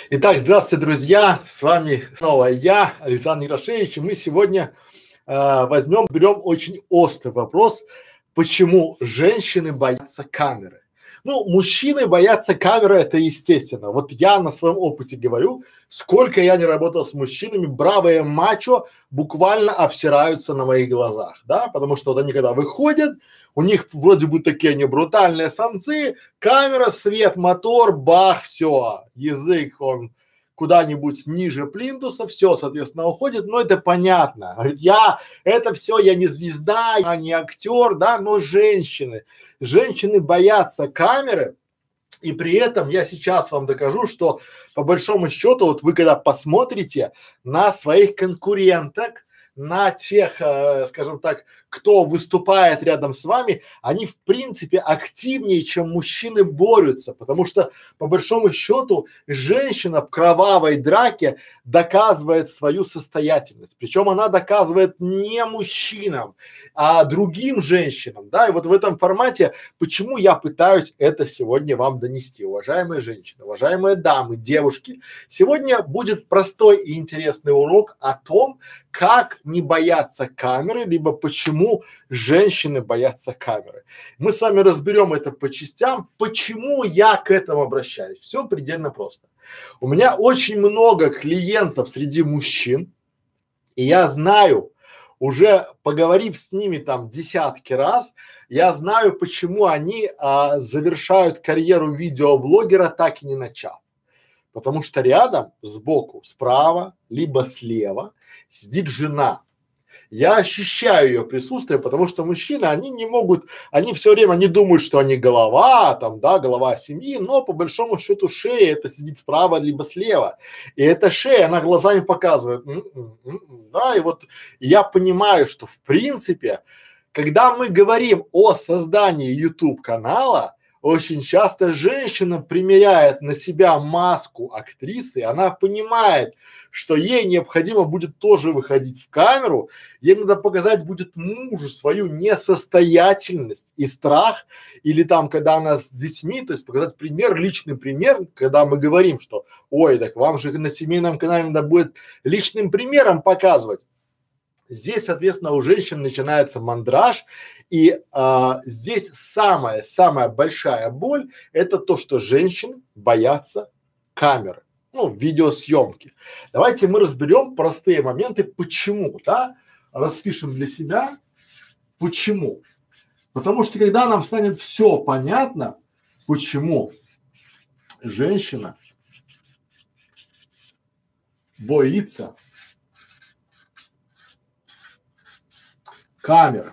Итак, здравствуйте, друзья! С вами снова я, Александр Ярошевич, и мы сегодня берем очень острый вопрос, почему женщины боятся камеры. Ну, мужчины боятся камеры, это естественно. Вот я на своем опыте говорю, сколько я не работал с мужчинами, бравые мачо буквально обсираются на моих глазах, да, потому что вот они когда выходят, у них вроде бы такие они брутальные самцы, камера, свет, мотор, бах, все, язык он куда-нибудь ниже плинтуса, все, соответственно, уходит, но это понятно. Говорит, это все, я не звезда, я не актер, да, но женщины боятся камеры, и при этом я сейчас вам докажу, что по большому счету, вот вы когда посмотрите на своих конкуренток, на тех, скажем так, кто выступает рядом с вами, они в принципе активнее, чем мужчины борются, потому что по большому счету женщина в кровавой драке доказывает свою состоятельность, причем она доказывает не мужчинам, а другим женщинам, да, и вот в этом формате, почему я пытаюсь это сегодня вам донести, уважаемые женщины, уважаемые дамы, девушки, сегодня будет простой и интересный урок о том, как не бояться камеры, либо почему женщины боятся камеры. Мы с вами разберем это по частям, почему я к этому обращаюсь. Все предельно просто. У меня очень много клиентов среди мужчин, и я знаю, уже поговорив с ними там десятки раз, я знаю, почему они завершают карьеру видеоблогера, так и не начав. Потому что рядом, сбоку, справа, либо слева сидит жена. Я ощущаю ее присутствие, потому что мужчины, они не могут, они все время, они думают, что они голова, там, да, голова семьи, но по большому счету шея это сидит справа либо слева. И эта шея, она глазами показывает, да, и вот я понимаю, что в принципе, когда мы говорим о создании YouTube канала, очень часто женщина примеряет на себя маску актрисы, она понимает, что ей необходимо будет тоже выходить в камеру, ей надо показать будет мужу свою несостоятельность и страх, или там, когда она с детьми, то есть показать пример, личный пример, когда мы говорим, что ой, так вам же на семейном канале надо будет личным примером показывать. Здесь, соответственно, у женщин начинается мандраж, и здесь самая большая боль – это то, что женщины боятся камеры, ну, видеосъемки. Давайте мы разберем простые моменты, почему, да, распишем для себя, почему. Потому что когда нам станет все понятно, почему женщина боится камер.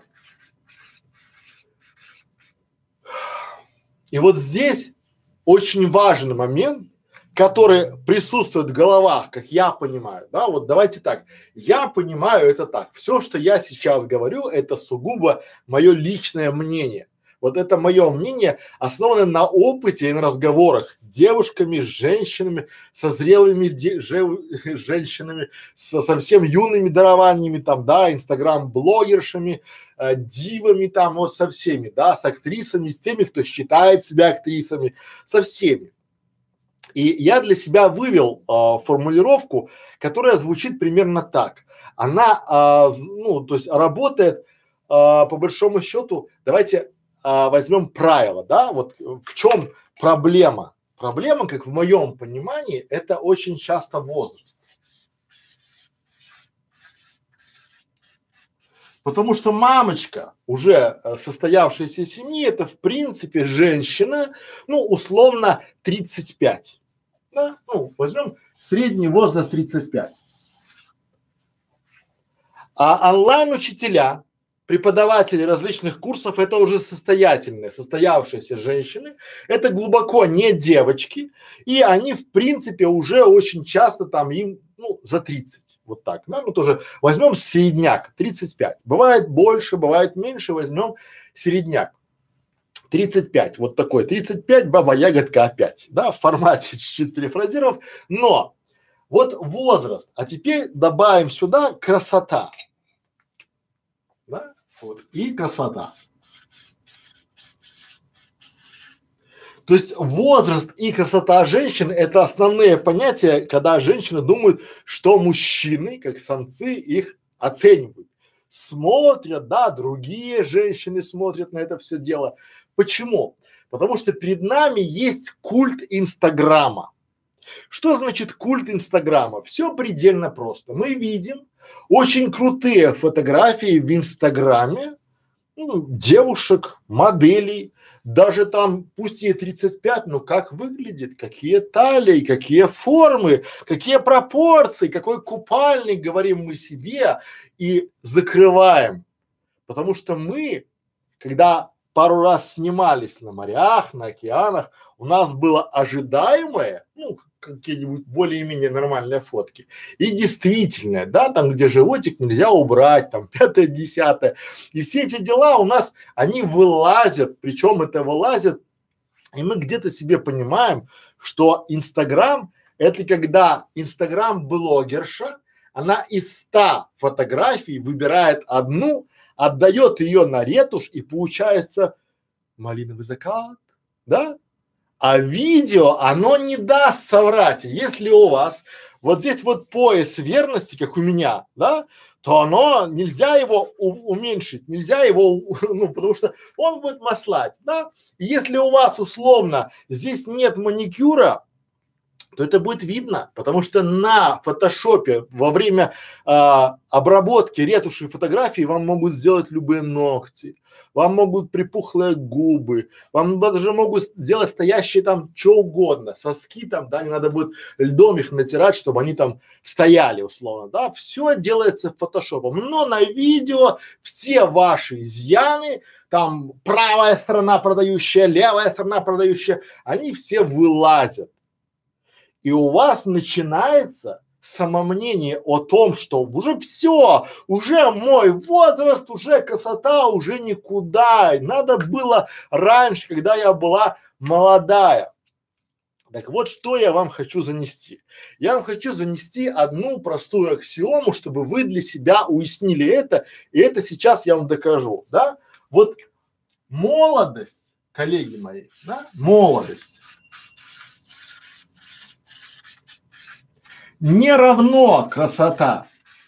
И вот здесь очень важный момент, который присутствует в головах, как я понимаю, да, вот давайте так, я понимаю это так, все, что я сейчас говорю, это сугубо мое личное мнение. Вот это мое мнение основано на опыте и на разговорах с девушками, с женщинами, со зрелыми женщинами, со совсем юными дарованиями, там, да, инстаграм-блогершами, дивами там, вот со всеми, да, с актрисами, с теми, кто считает себя актрисами, со всеми. И я для себя вывел формулировку, которая звучит примерно так. Она, ну, то есть работает по большому счету, давайте возьмем правило, да, вот в чем проблема? Проблема, как в моем понимании, это очень часто возраст. Потому что мамочка уже состоявшейся семьи, это в принципе женщина, ну, условно 35. Да? Ну, возьмем средний возраст 35. А онлайн-учителя, преподаватели различных курсов, это уже состоятельные, состоявшиеся женщины, это глубоко не девочки, и они в принципе уже очень часто там им, ну, за 30, вот так, да, ну тоже возьмем средняк, 35, бывает больше, бывает меньше, возьмем средняк. 35, вот такой, 35, баба ягодка опять, да, в формате чуть-чуть перефразировав, но вот возраст, а теперь добавим сюда красота, да, вот, и красота. То есть возраст и красота женщин – это основные понятия, когда женщины думают, что мужчины, как самцы, их оценивают. Смотрят, да, другие женщины смотрят на это все дело. Почему? Потому что перед нами есть культ Инстаграма. Что значит культ Инстаграма? Все предельно просто. Мы видим очень крутые фотографии в Инстаграме, ну, девушек, моделей, даже там, пусть ей 35, но как выглядит, какие талии, какие формы, какие пропорции, какой купальник, говорим мы себе и закрываем. Потому что мы, когда пару раз снимались на морях, на океанах, у нас было ожидаемое, ну, какие-нибудь более-менее нормальные фотки. И действительно, да, там, где животик нельзя убрать, там, пятое, десятое. И все эти дела у нас, они вылазят, причем это вылазит, и мы где-то себе понимаем, что Инстаграм – это когда Инстаграм-блогерша, она из 100 фотографий выбирает одну, отдает ее на ретушь, и получается малиновый закат, да? А видео, оно не даст соврать. Если у вас вот здесь вот пояс верности, как у меня, да, то оно, нельзя его уменьшить, нельзя его, ну, потому что он будет маслать, да. И если у вас условно здесь нет маникюра, то это будет видно, потому что на фотошопе во время обработки ретуши фотографий вам могут сделать любые ногти, вам могут припухлые губы, вам даже могут сделать стоящие там что угодно, соски там, да, не надо будет льдом их натирать, чтобы они там стояли условно, да, все делается фотошопом, но на видео все ваши изъяны, там правая сторона продающая, левая сторона продающая, они все вылазят. И у вас начинается самомнение о том, что уже все, уже мой возраст, уже красота, уже никуда. И надо было раньше, когда я была молодая. Так вот, что я вам хочу занести. Я вам хочу занести одну простую аксиому, чтобы вы для себя уяснили это, и это сейчас я вам докажу, да. Вот молодость, коллеги мои, да, молодость не равно красота.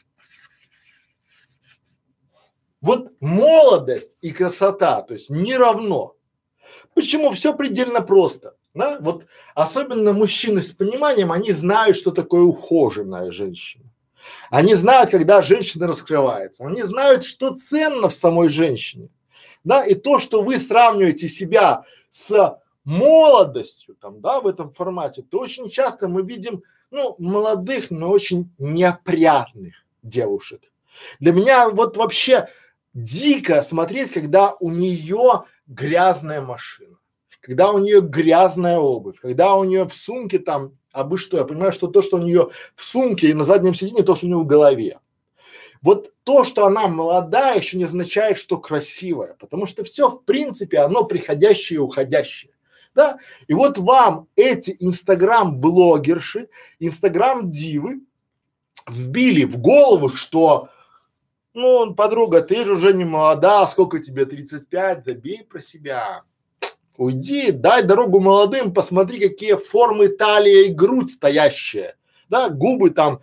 Вот молодость и красота, то есть не равно. Почему? Все предельно просто, да? Вот особенно мужчины с пониманием, они знают, что такое ухоженная женщина. Они знают, когда женщина раскрывается. Они знают, что ценно в самой женщине, да? И то, что вы сравниваете себя с молодостью, там, да, в этом формате, то очень часто мы видим, ну, молодых, но очень неопрятных девушек. Для меня вот вообще дико смотреть, когда у нее грязная машина, когда у нее грязная обувь, когда у нее в сумке там, абы что, я понимаю, что то, что у нее в сумке и на заднем сиденье, то, что у нее в голове. Вот то, что она молодая, еще не означает, что красивая, потому что все в принципе, оно приходящее и уходящее. Да? И вот вам эти инстаграм-блогерши, инстаграм-дивы вбили в голову, что ну, подруга, ты же уже не молода, сколько тебе, 35, забей про себя. Уйди, дай дорогу молодым, посмотри, какие формы талия и грудь стоящие, да, губы там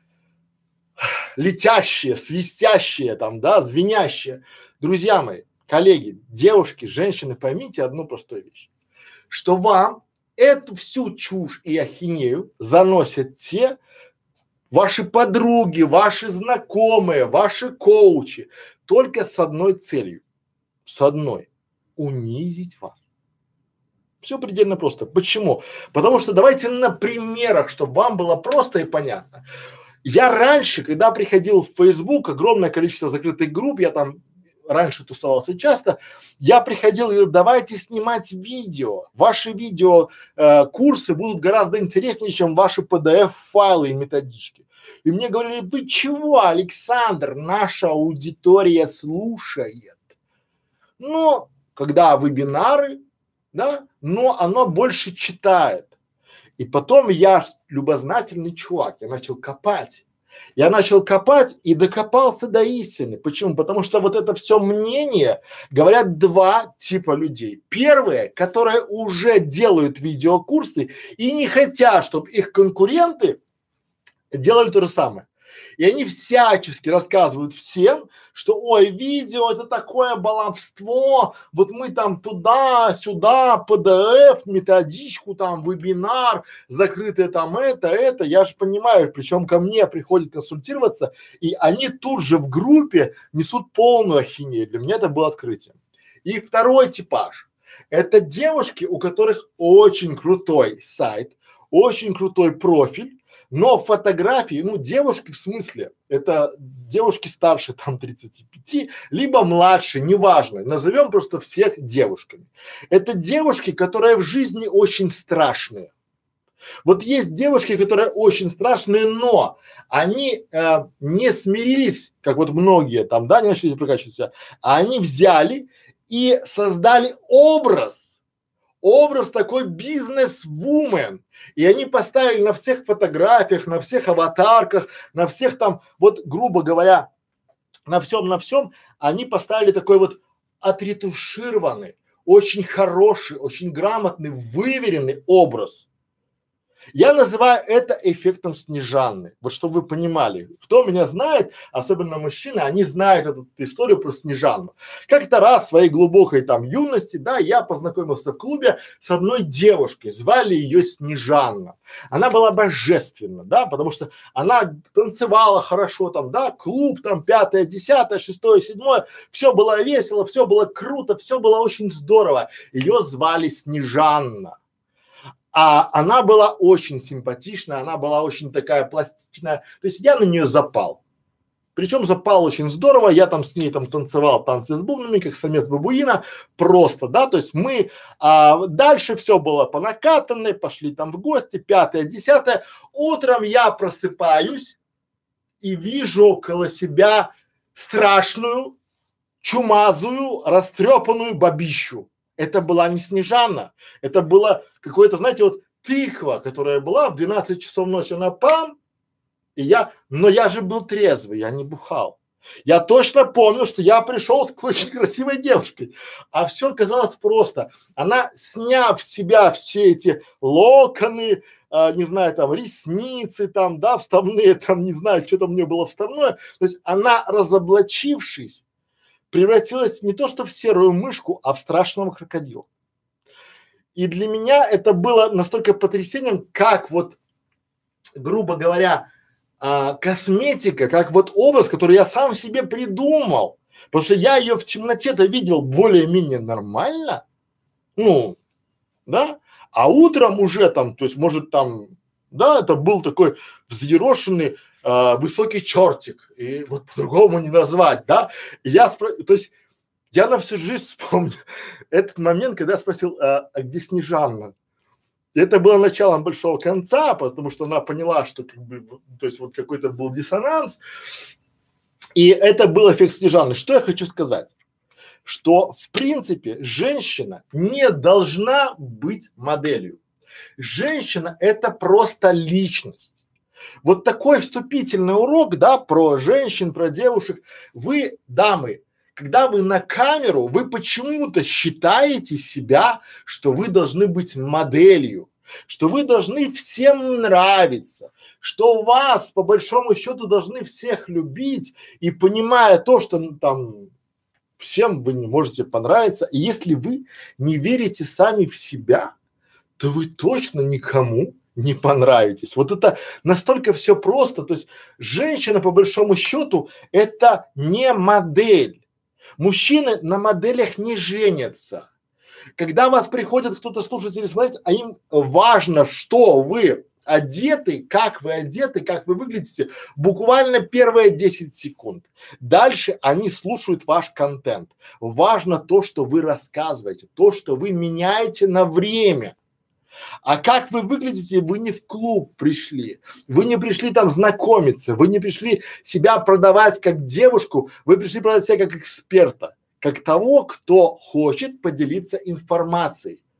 летящие, свистящие там, да, звенящие. Друзья мои, коллеги, девушки, женщины, поймите одну простую вещь, что вам эту всю чушь и ахинею заносят те ваши подруги, ваши знакомые, ваши коучи, только с одной целью, с одной – унизить вас. Все предельно просто. Почему? Потому что давайте на примерах, чтобы вам было просто и понятно. Я раньше, когда приходил в Facebook, огромное количество закрытых групп, я там раньше тусовался часто, я приходил и говорил, давайте снимать видео, ваши видео курсы будут гораздо интереснее, чем ваши PDF-файлы и методички. И мне говорили, вы чего, Александр, наша аудитория слушает. Но когда вебинары, да, но оно больше читает. И потом я любознательный чувак, я начал копать. Я начал копать и докопался до истины. Почему? Потому что вот это все мнение говорят два типа людей. Первые, которые уже делают видеокурсы и не хотят, чтобы их конкуренты делали то же самое. И они всячески рассказывают всем, что ой, видео это такое баловство, вот мы там туда-сюда, PDF, методичку там, вебинар, закрытое там это, я же понимаю, причем ко мне приходят консультироваться, и они тут же в группе несут полную ахинею. Для меня это было открытием. И второй типаж – это девушки, у которых очень крутой сайт, очень крутой профиль, но фотографии, ну девушки в смысле, это девушки старше там 35, либо младше, неважно, назовем просто всех девушками. Это девушки, которые в жизни очень страшные. Вот есть девушки, которые очень страшные, но они не смирились, как вот многие там, да, не начали прокачивать себя, а они взяли и создали образ такой бизнес-вумен. И они поставили на всех фотографиях, на всех аватарках, на всех там, вот грубо говоря, на всем, они поставили такой вот отретушированный, очень хороший, очень грамотный, выверенный образ. Я называю это эффектом Снежанны. Вот чтобы вы понимали, кто меня знает, особенно мужчины, они знают эту историю про Снежанну. Как-то раз в своей глубокой там юности, да, я познакомился в клубе с одной девушкой, звали ее Снежанна. Она была божественна, да, потому что она танцевала хорошо там, да, клуб там 5-е, 10-е, 6-е, 7-е, все было весело, все было круто, все было очень здорово. Ее звали Снежанна. А она была очень симпатичная, она была очень такая пластичная, то есть я на нее запал. Причем запал очень здорово, я там с ней там танцевал танцы с бубнами, как самец бабуина, просто, да, то есть мы, дальше все было по накатанной, пошли там в гости, 5-е, 10-е, утром я просыпаюсь и вижу около себя страшную, чумазую, растрепанную бабищу. Это была не Снежанна, это было какое-то, знаете, вот тыква, которая была в 12 часов ночи, она пам, но я же был трезвый, я не бухал. Я точно помню, что я пришел с очень красивой девушкой, а все оказалось просто. Она, сняв с себя все эти локоны, не знаю, там ресницы, там, да, вставные, там, не знаю, что там у нее было вставное, то есть она, разоблачившись, превратилась не то что в серую мышку, а в страшного крокодила. И для меня это было настолько потрясением, как вот, грубо говоря, косметика, как вот образ, который я сам себе придумал, потому что я ее в темноте-то видел более-менее нормально, ну, да, а утром уже там, то есть может там, да, это был такой взъерошенный высокий чертик, и вот по-другому не назвать, да, и то есть я на всю жизнь вспомню этот момент, когда я спросил, а где Снежанна? И это было началом большого конца, потому что она поняла, что как бы, то есть вот какой-то был диссонанс, и это был эффект Снежанны. Что я хочу сказать? Что в принципе женщина не должна быть моделью. Женщина – это просто личность. Вот такой вступительный урок, да, про женщин, про девушек. Вы, дамы, когда вы на камеру, вы почему-то считаете себя, что вы должны быть моделью, что вы должны всем нравиться, что вас по большому счету должны всех любить, и понимая то, что там всем вы не можете понравиться, и если вы не верите сами в себя, то вы точно никому не понравитесь. Вот это настолько все просто. То есть женщина по большому счету это не модель. Мужчины на моделях не женятся. Когда вас приходит кто-то слушать или смотреть, а им важно, что вы одеты, как вы выглядите, буквально первые 10 секунд. Дальше они слушают ваш контент. Важно то, что вы рассказываете, то, что вы меняете на время. А как вы выглядите, вы не в клуб пришли, вы не пришли там знакомиться, вы не пришли себя продавать как девушку, вы пришли продавать себя как эксперта, как того, кто хочет поделиться информацией.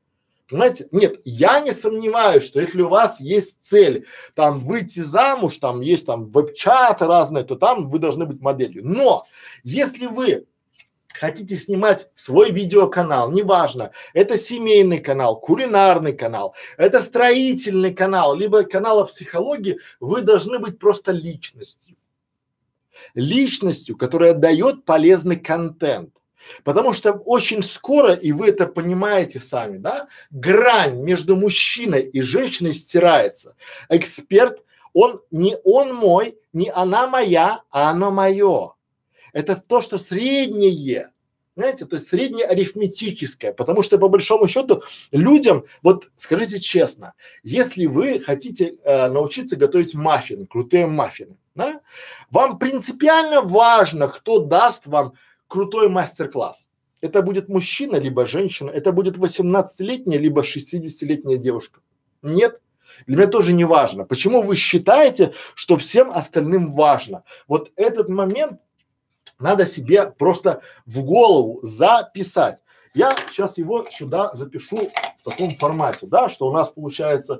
Понимаете? Нет, я не сомневаюсь, что если у вас есть цель там выйти замуж, там есть там веб-чаты разные, то там вы должны быть моделью. Но если вы хотите снимать свой видеоканал, неважно, это семейный канал, кулинарный канал, это строительный канал, либо канал о психологии, вы должны быть просто личностью. Личностью, которая дает полезный контент. Потому что очень скоро, и вы это понимаете сами, да, грань между мужчиной и женщиной стирается. Эксперт, он не он мой, не она моя, а оно мое. Это то, что среднее, знаете, то есть среднее арифметическое, потому что по большому счету людям, вот скажите честно, если вы хотите научиться готовить маффины, крутые маффины, да, вам принципиально важно, кто даст вам крутой мастер-класс. Это будет мужчина, либо женщина, это будет 18-летняя, либо 60-летняя девушка. Нет, для меня тоже не важно. Почему вы считаете, что всем остальным важно? Вот этот момент надо себе просто в голову записать. Я сейчас его сюда запишу в таком формате, да, что у нас получается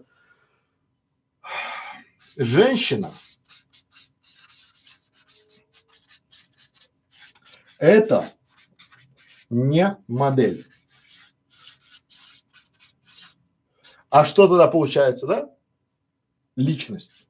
женщина – это не модель. А что тогда получается, да? Личность.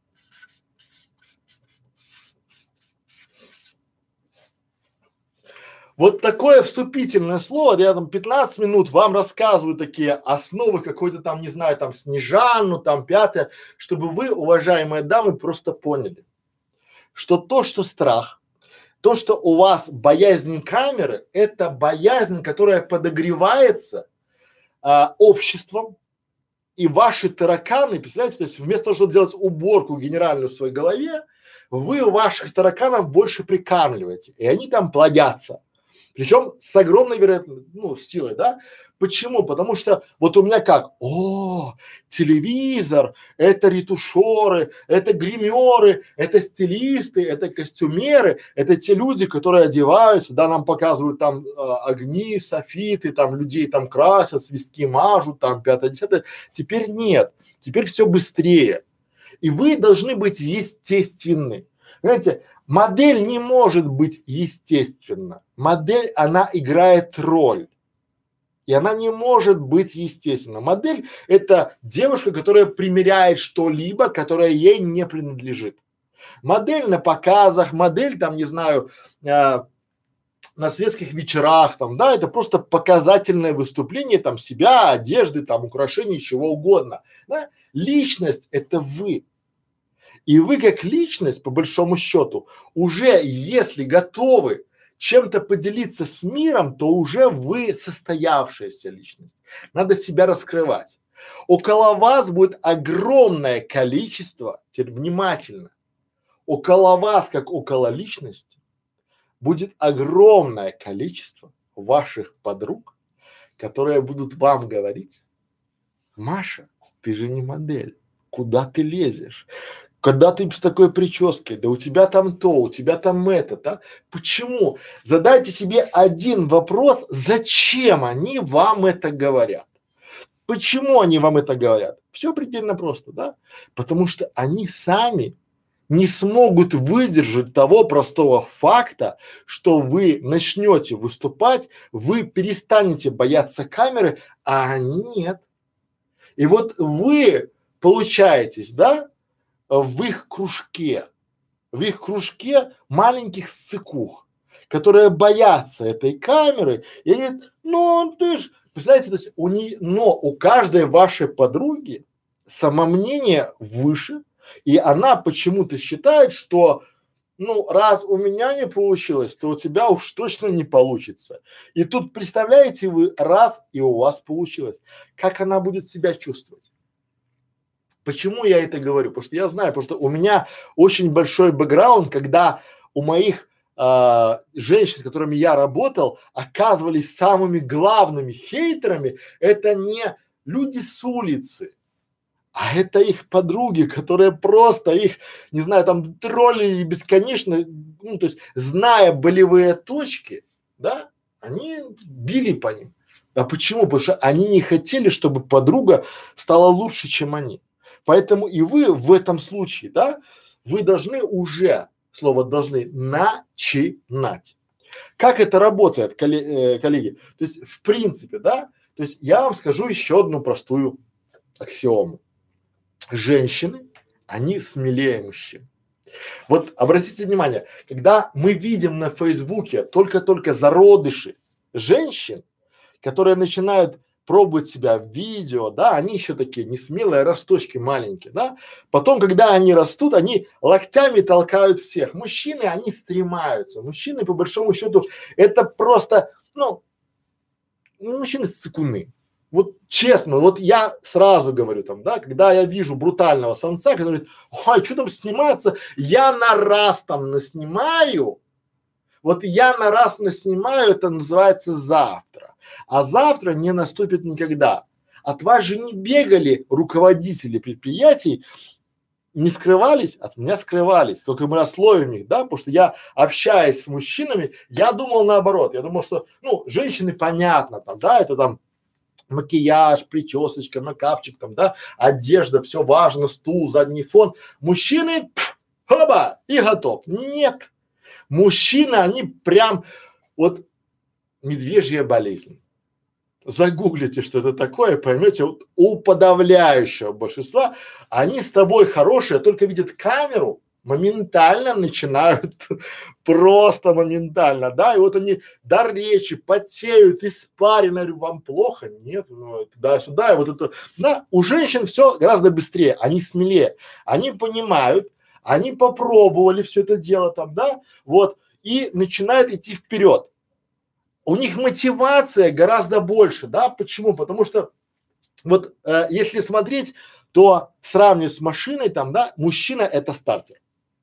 Вот такое вступительное слово, я там 15 минут вам рассказываю такие основы какой-то там, не знаю, там Снежану, там пятое, чтобы вы, уважаемые дамы, просто поняли, что то, что страх, то, что у вас боязнь камеры, это боязнь, которая подогревается обществом, и ваши тараканы, представляете, то есть вместо того, чтобы делать уборку генеральную в своей голове, вы ваших тараканов больше прикармливаете, и они там плодятся. Причем с огромной вероятностью, ну, силой, да? Почему? Потому что вот у меня как, телевизор, это ретушеры, это гримеры, это стилисты, это костюмеры, это те люди, которые одеваются, да, нам показывают там огни, софиты, там людей там красят, свистки мажут, там пятое, десятое. Теперь нет, теперь все быстрее. И вы должны быть естественны. Знаете, модель не может быть естественна. Модель, она играет роль. И она не может быть естественна. Модель – это девушка, которая примеряет что-либо, которое ей не принадлежит. Модель на показах, модель там, не знаю, на светских вечерах, там, да, это просто показательное выступление там себя, одежды, там, украшений, чего угодно. Да? Личность – это вы. И вы как личность, по большому счету, уже если готовы чем-то поделиться с миром, то уже вы состоявшаяся личность. Надо себя раскрывать. Около вас будет огромное количество, теперь внимательно, около вас, как около личности, будет огромное количество ваших подруг, которые будут вам говорить: Маша, ты же не модель, куда ты лезешь? Когда ты с такой прической, да у тебя там то, у тебя там это, да? Почему? Задайте себе один вопрос: зачем они вам это говорят? Почему они вам это говорят? Все предельно просто, да? Потому что они сами не смогут выдержать того простого факта, что вы начнете выступать, вы перестанете бояться камеры, а они нет. И вот вы получаетесь, да, в их кружке маленьких сцикух, которые боятся этой камеры и они говорят: ну ты ж, представляете, то есть но у каждой вашей подруги самомнение выше, и она почему-то считает, что ну раз у меня не получилось, то у тебя уж точно не получится. И тут представляете, вы раз и у вас получилось, как она будет себя чувствовать? Почему я это говорю? Потому что я знаю, потому что у меня очень большой бэкграунд, когда у моих женщин, с которыми я работал, оказывались самыми главными хейтерами, это не люди с улицы, а это их подруги, которые просто их, не знаю, там тролли бесконечно, ну то есть зная болевые точки, да, они били по ним. А почему? Потому что они не хотели, чтобы подруга стала лучше, чем они. Поэтому и вы в этом случае, да, вы должны уже, слово должны, начинать. Как это работает, коллеги? То есть, в принципе, да, то есть я вам скажу еще одну простую аксиому. Женщины, они смелее мужчин. Вот обратите внимание, когда мы видим на Фейсбуке только-только зародыши женщин, которые начинают пробовать себя в видео, да, они еще такие несмелые росточки маленькие, да. Потом, когда они растут, они локтями толкают всех. Мужчины, они стремаются. Мужчины, по большому счету, это просто, ну, мужчины цикуны. Вот честно, вот я сразу говорю там, да, когда я вижу брутального самца, который говорит, ой, что там сниматься, я на раз там наснимаю, вот я на раз наснимаю, это называется завтра, а завтра не наступит никогда. От вас же не бегали руководители предприятий, не скрывались, от меня скрывались, только мы расслоим их, да, потому что я, общаясь с мужчинами, я думал наоборот, я думал, что, ну, женщины понятно там, да, это там макияж, причесочка, макапчик там, да, одежда, все важно, стул, задний фон. Мужчины, хоба, и готов. Нет. Мужчины, они прям вот медвежья болезнь. Загуглите, что это такое, поймете, вот у подавляющего большинства они с тобой хорошие, только видят камеру, моментально начинают просто моментально, да, и вот они дар речи, потеют, испарено, говорю, вам плохо? Нет, ну, туда-сюда, и вот это, да, у женщин все гораздо быстрее, они смелее, они понимают, они попробовали все это дело там, да, вот, и начинают идти вперед. У них мотивация гораздо больше, да, почему? Потому что вот если смотреть, то сравнивать с машиной там, да, мужчина это стартер,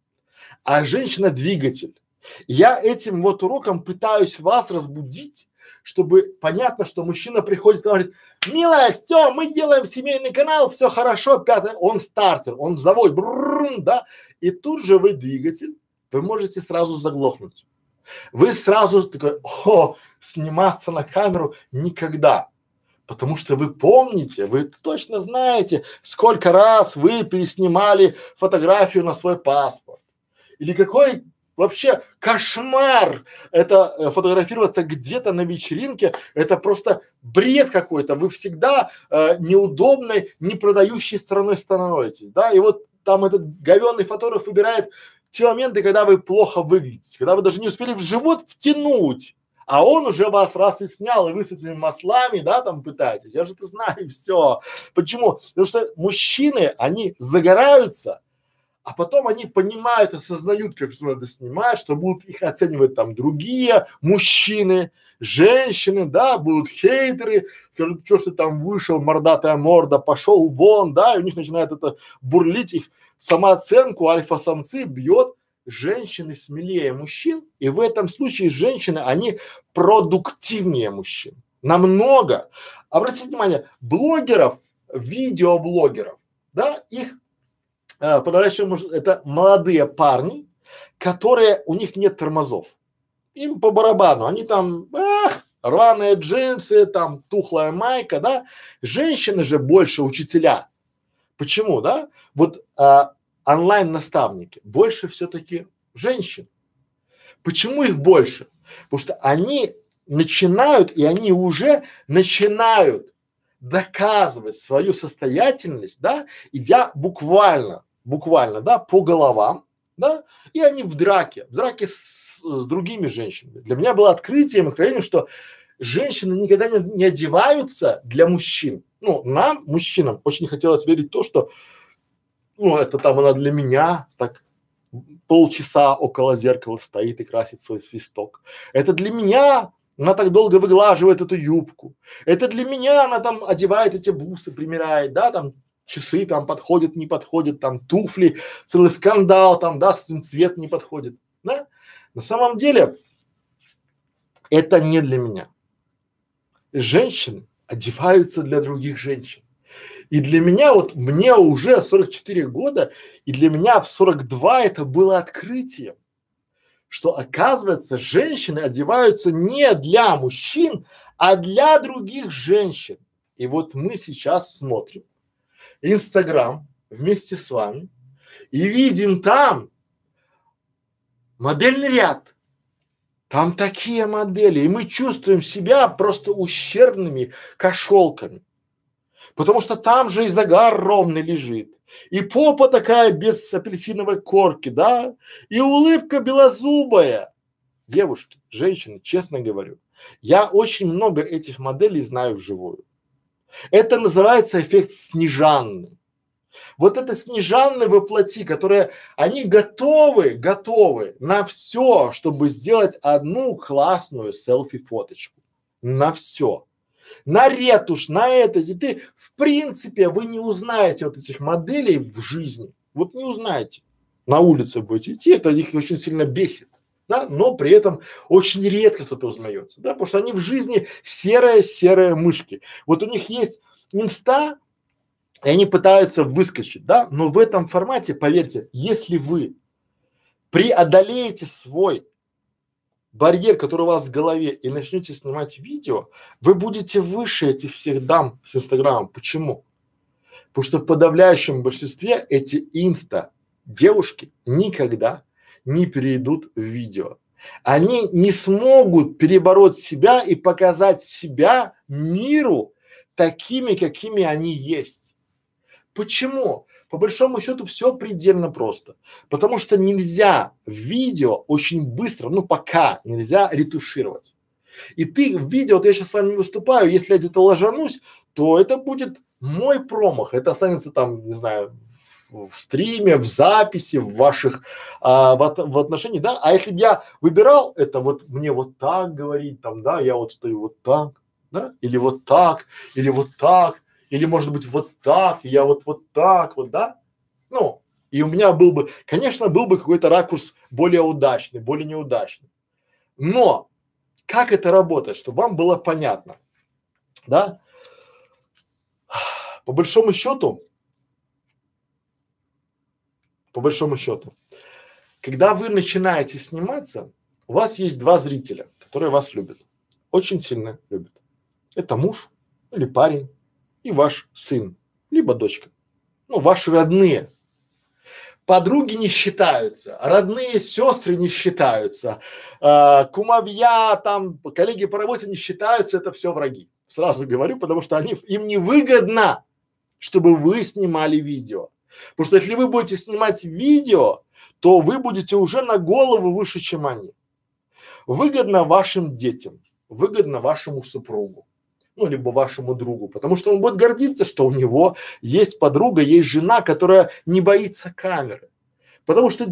а женщина двигатель. Я этим вот уроком пытаюсь вас разбудить, чтобы понятно, что мужчина приходит и говорит, милая, все, мы делаем семейный канал, все хорошо, пятое, он стартер, он заводит, да, и тут же вы двигатель, вы можете сразу заглохнуть. Вы сразу такой, о, сниматься на камеру никогда. Потому что вы помните, вы точно знаете, сколько раз вы переснимали фотографию на свой паспорт. Или какой вообще кошмар это фотографироваться где-то на вечеринке, это просто бред какой-то. Вы всегда неудобной, не продающей стороной становитесь, да, и вот там этот говёный фотограф выбирает те моменты, когда вы плохо выглядите, когда вы даже не успели в живот втянуть, а он уже вас раз и снял, и вы с этими маслами, да, там пытаетесь. Я же это знаю, все. Почему? Потому что мужчины, они загораются, а потом они понимают, осознают, как что надо снимать, что будут их оценивать там другие мужчины, женщины, да, будут хейтеры, скажут, что ж ты там вышел, мордатая морда, пошел вон, да, и у них начинает это бурлить, их самооценку альфа-самцы бьет. Женщины смелее мужчин, и в этом случае женщины, они продуктивнее мужчин. Намного. Обратите внимание, блогеров, видеоблогеров, да, их подавляющее это молодые парни, которые, у них нет тормозов. Им по барабану, они там, рваные джинсы, там тухлая майка, да. Женщины же больше учителя. Почему, да? Вот онлайн-наставники больше все-таки женщин. Почему их больше? Потому что они начинают, и они уже начинают доказывать свою состоятельность, да, идя буквально, да, по головам, да, и они в драке с другими женщинами. Для меня было открытием, откровением, что женщины никогда не одеваются для мужчин. Ну, нам, мужчинам, очень хотелось верить в то, что ну, это там она для меня так полчаса около зеркала стоит и красит свой свисток. Это для меня она так долго выглаживает эту юбку. Это для меня она там одевает эти бусы, примеряет, да, там часы там подходят, не подходят, там туфли, целый скандал там, да, цвет не подходит, да. На самом деле это не для меня. Женщины одеваются для других женщин. И для меня, вот мне уже 44 года, и для меня в 42 это было открытием, что оказывается женщины одеваются не для мужчин, а для других женщин. И вот мы сейчас смотрим Инстаграм вместе с вами и видим там модельный ряд. Там такие модели, и мы чувствуем себя просто ущербными кошелками. Потому что там же и загар ровный лежит, и попа такая без апельсиновой корки, да, и улыбка белозубая. Девушки, женщины, честно говорю, я очень много этих моделей знаю вживую. Это называется эффект Снежанны. Вот это Снежанны воплоти, которые они готовы на все, чтобы сделать одну классную селфи-фоточку. На все. На ретушь, на это. И ты, в принципе, вы не узнаете вот этих моделей в жизни. Вот не узнаете. На улице будете идти, это их очень сильно бесит. Да, но при этом очень редко кто-то узнается, да, потому что они в жизни серые мышки. Вот у них есть инста, и они пытаются выскочить, да, но в этом формате, поверьте, если вы преодолеете свой барьер, который у вас в голове, и начнете снимать видео, вы будете выше этих всех дам с Инстаграмом. Почему? Потому что в подавляющем большинстве эти инста девушки никогда не перейдут в видео. Они не смогут перебороть себя и показать себя миру такими, какими они есть. Почему? По большому счету все предельно просто. Потому что нельзя видео очень быстро, ну пока нельзя ретушировать. И ты в видео, вот я сейчас с вами не выступаю, если я где-то ложанусь, то это будет мой промах. Это останется там, не знаю, в стриме, в записи, в ваших в отношении, да. А если бы я выбирал это, вот мне вот так говорить, там, да, я вот стою вот так, да, или вот так, или вот так. Или может быть вот так, я вот так вот, да? Ну, и у меня был бы, конечно, был бы какой-то ракурс более удачный, более неудачный. Но как это работает, чтобы вам было понятно, да? По большому счету, когда вы начинаете сниматься, у вас есть два зрителя, которые вас любят, очень сильно любят. Это муж или парень и ваш сын, либо дочка, ну, ваши родные. Подруги не считаются, родные сестры не считаются, кумовья, там, коллеги по работе не считаются, это все враги. Сразу говорю, потому что им невыгодно, чтобы вы снимали видео. Потому что если вы будете снимать видео, то вы будете уже на голову выше, чем они. Выгодно вашим детям, выгодно вашему супругу, ну, либо вашему другу, потому что он будет гордиться, что у него есть подруга, есть жена, которая не боится камеры. Потому что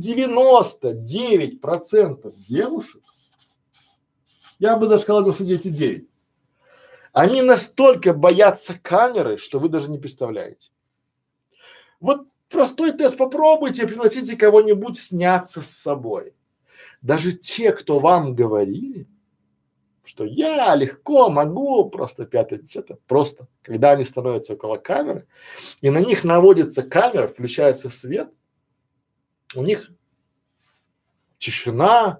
99% девушек, я бы даже сказал 99, они настолько боятся камеры, что вы даже не представляете. Вот простой тест попробуйте, пригласите кого-нибудь сняться с собой. Даже те, кто вам говорили, что я легко могу, просто пятое-десятое, просто, когда они становятся около камеры, и на них наводится камера, включается свет, у них тишина,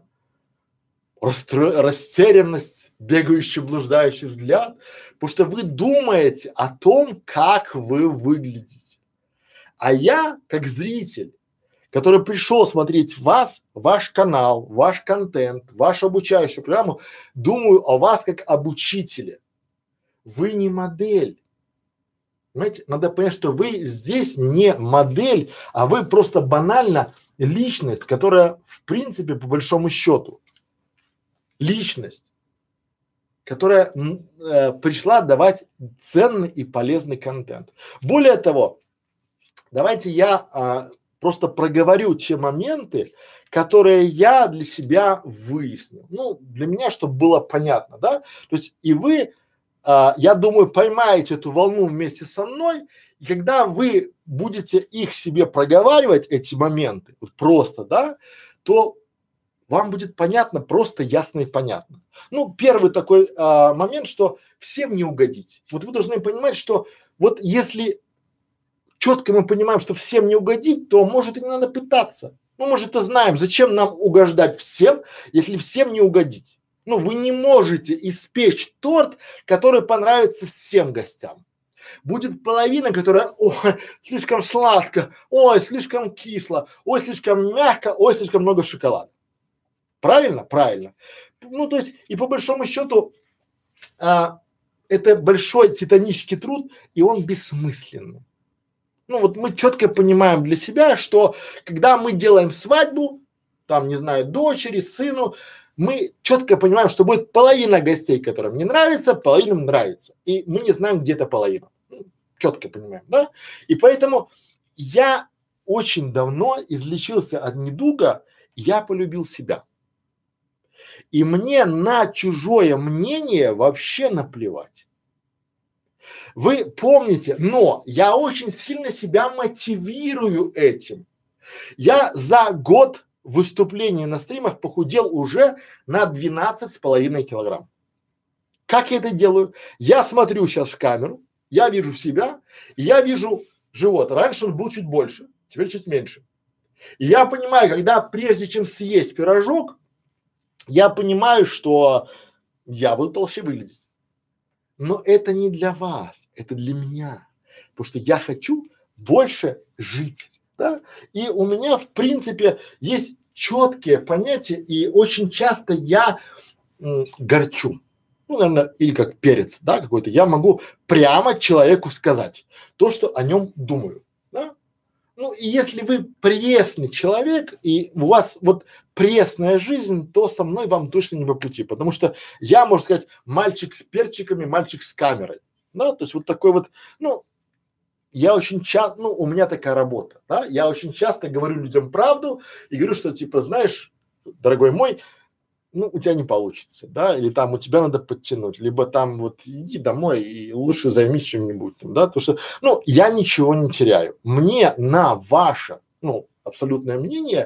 растерянность, бегающий, блуждающий взгляд, потому что вы думаете о том, как вы выглядите. А я, как зритель, который пришел смотреть вас, ваш канал, ваш контент, вашу обучающую программу, думаю о вас как об учителе. Вы не модель. Понимаете, надо понять, что вы здесь не модель, а вы просто банально личность, которая в принципе по большому счету личность, которая пришла давать ценный и полезный контент. Более того, давайте я просто проговорю те моменты, которые я для себя выяснил. Ну, для меня, чтобы было понятно, да? То есть и вы, я думаю, поймаете эту волну вместе со мной, и когда вы будете их себе проговаривать, эти моменты, вот просто, да, то вам будет понятно, просто ясно и понятно. Ну, первый такой момент, что всем не угодить. Вот вы должны понимать, что вот если четко мы понимаем, что всем не угодить, то может и не надо пытаться. Ну, мы же это знаем, зачем нам угождать всем, если всем не угодить? Ну, вы не можете испечь торт, который понравится всем гостям. Будет половина, которая, ой, слишком сладко, ой, слишком кисло, ой, слишком мягко, ой, слишком много шоколада. Правильно? Правильно. Ну, то есть, и по большому счету, это большой титанический труд, и он бессмысленный. Ну, вот мы четко понимаем для себя, что когда мы делаем свадьбу, там, не знаю, дочери, сыну, мы четко понимаем, что будет половина гостей, которым не нравится, половинам нравится. И мы не знаем, где эта половина. Ну, четко понимаем, да? И поэтому я очень давно излечился от недуга, я полюбил себя. И мне на чужое мнение вообще наплевать. Вы помните, но я очень сильно себя мотивирую этим. Я за год выступлений на стримах похудел уже на 12,5 килограмм. Как я это делаю? Я смотрю сейчас в камеру, я вижу себя, и я вижу живот. Раньше он был чуть больше, теперь чуть меньше. И я понимаю, когда прежде чем съесть пирожок, я понимаю, что я буду толще выглядеть. Но это не для вас, это для меня, потому что я хочу больше жить, да? И у меня в принципе есть четкие понятия, и очень часто я горчу, ну, наверное, или как перец, да, какой-то. Я могу прямо человеку сказать то, что о нем думаю, да? Ну, и если вы пресный человек, и у вас вот пресная жизнь, то со мной вам точно не по пути, потому что я, можно сказать, мальчик с перчиками, мальчик с камерой, да, то есть вот такой вот, ну, я очень часто, ну, у меня такая работа, да, я очень часто говорю людям правду и говорю, что типа, знаешь, дорогой мой, ну, у тебя не получится, да, или там у тебя надо подтянуть, либо там вот иди домой и лучше займись чем-нибудь там, да, потому что, ну, я ничего не теряю. Мне на ваше, ну, абсолютное мнение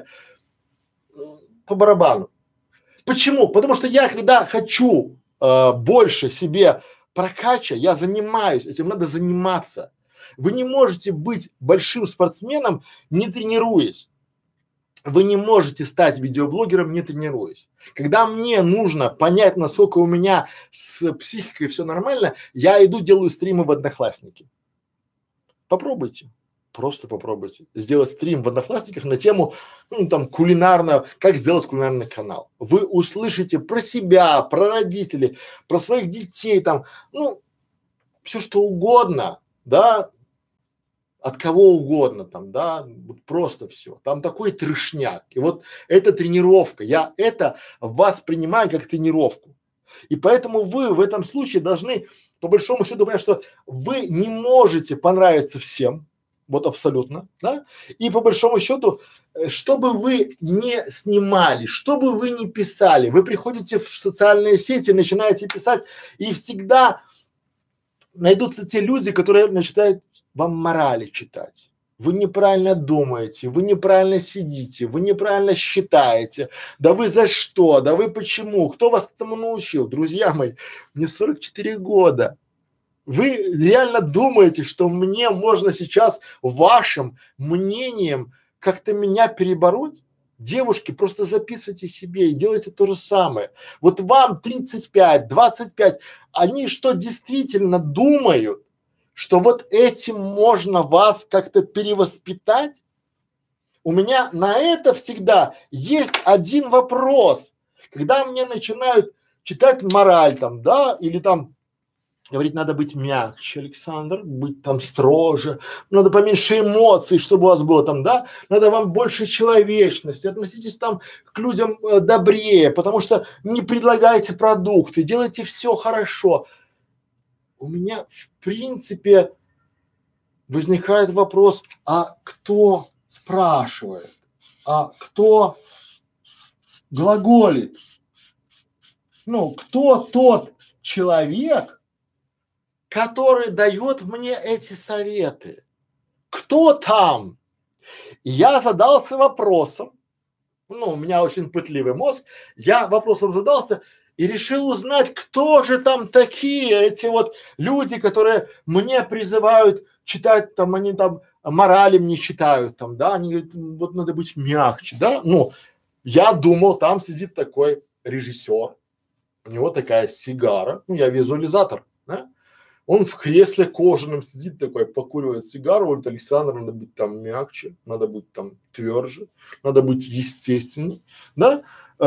по барабану. Почему? Потому что я, когда хочу больше себе прокачать, я занимаюсь, этим надо заниматься. Вы не можете быть большим спортсменом, не тренируясь. Вы не можете стать видеоблогером, не тренируясь. Когда мне нужно понять, насколько у меня с психикой все нормально, я иду делаю стримы в Одноклассники. Попробуйте, просто попробуйте сделать стрим в Одноклассниках на тему, ну там кулинарного, как сделать кулинарный канал. Вы услышите про себя, про родителей, про своих детей там, ну все что угодно, да, от кого угодно там, да, вот просто все. Там такой трешняк. И вот это тренировка. Я это воспринимаю как тренировку. И поэтому вы в этом случае должны по большому счету понять, что вы не можете понравиться всем, вот абсолютно, да, и по большому счету, что бы вы не снимали, что бы вы не писали, вы приходите в социальные сети, начинаете писать, и всегда найдутся те люди, которые начинают вам морали читать. Вы неправильно думаете, вы неправильно сидите, вы неправильно считаете. Да вы за что? Да вы почему? Кто вас этому научил? Друзья мои, мне 44 года. Вы реально думаете, что мне можно сейчас вашим мнением как-то меня перебороть? Девушки, просто записывайте себе и делайте то же самое. Вот вам 35, 25, они что действительно думают, что вот этим можно вас как-то перевоспитать? У меня на это всегда есть один вопрос. Когда мне начинают читать мораль там, да, или там говорить, надо быть мягче, Александр, быть там строже, надо поменьше эмоций, чтобы у вас было там, да, надо вам больше человечности, относитесь там к людям добрее, потому что не предлагайте продукты, делайте все хорошо. У меня в принципе возникает вопрос, а кто спрашивает, а кто глаголит? Ну, кто тот человек, который дает мне эти советы? Кто там? И я задался вопросом, ну, у меня очень пытливый мозг, я вопросом задался и решил узнать, кто же там такие эти вот люди, которые мне призывают читать там, они там морали мне читают там, да, они говорят, вот надо быть мягче, да, ну, я думал, там сидит такой режиссер, у него такая сигара, ну, я визуализатор, да, он в кресле кожаном сидит такой, покуривает сигару, говорит, Александр, надо быть там мягче, надо быть там тверже, надо быть естественней, да,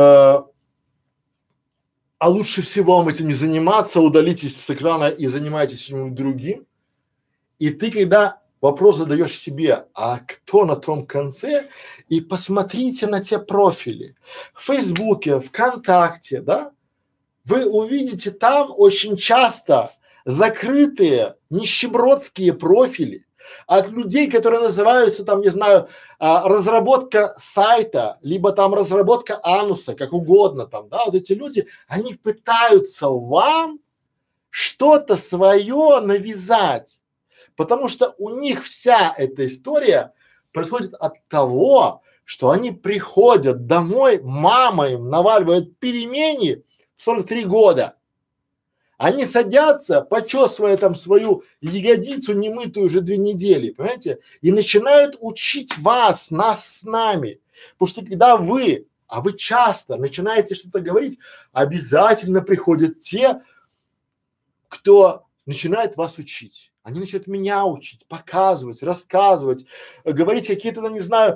а лучше всего вам этим не заниматься, удалитесь с экрана и занимайтесь чем-нибудь другим. И ты, когда вопрос задаешь себе, а кто на том конце, и посмотрите на те профили в Фейсбуке, ВКонтакте, да, вы увидите там очень часто закрытые нищебродские профили от людей, которые называются там, не знаю, разработка сайта, либо там разработка ануса, как угодно там, да, вот эти люди, они пытаются вам что-то свое навязать, потому что у них вся эта история происходит от того, что они приходят домой, мама им наваливает пельмени в 43 года. Они садятся, почесывая там свою ягодицу, немытую уже 2 недели, понимаете, и начинают учить вас, нас с нами. Потому что когда вы, а вы часто начинаете что-то говорить, обязательно приходят те, кто начинает вас учить. Они начинают меня учить, показывать, рассказывать, говорить какие-то, ну, не знаю,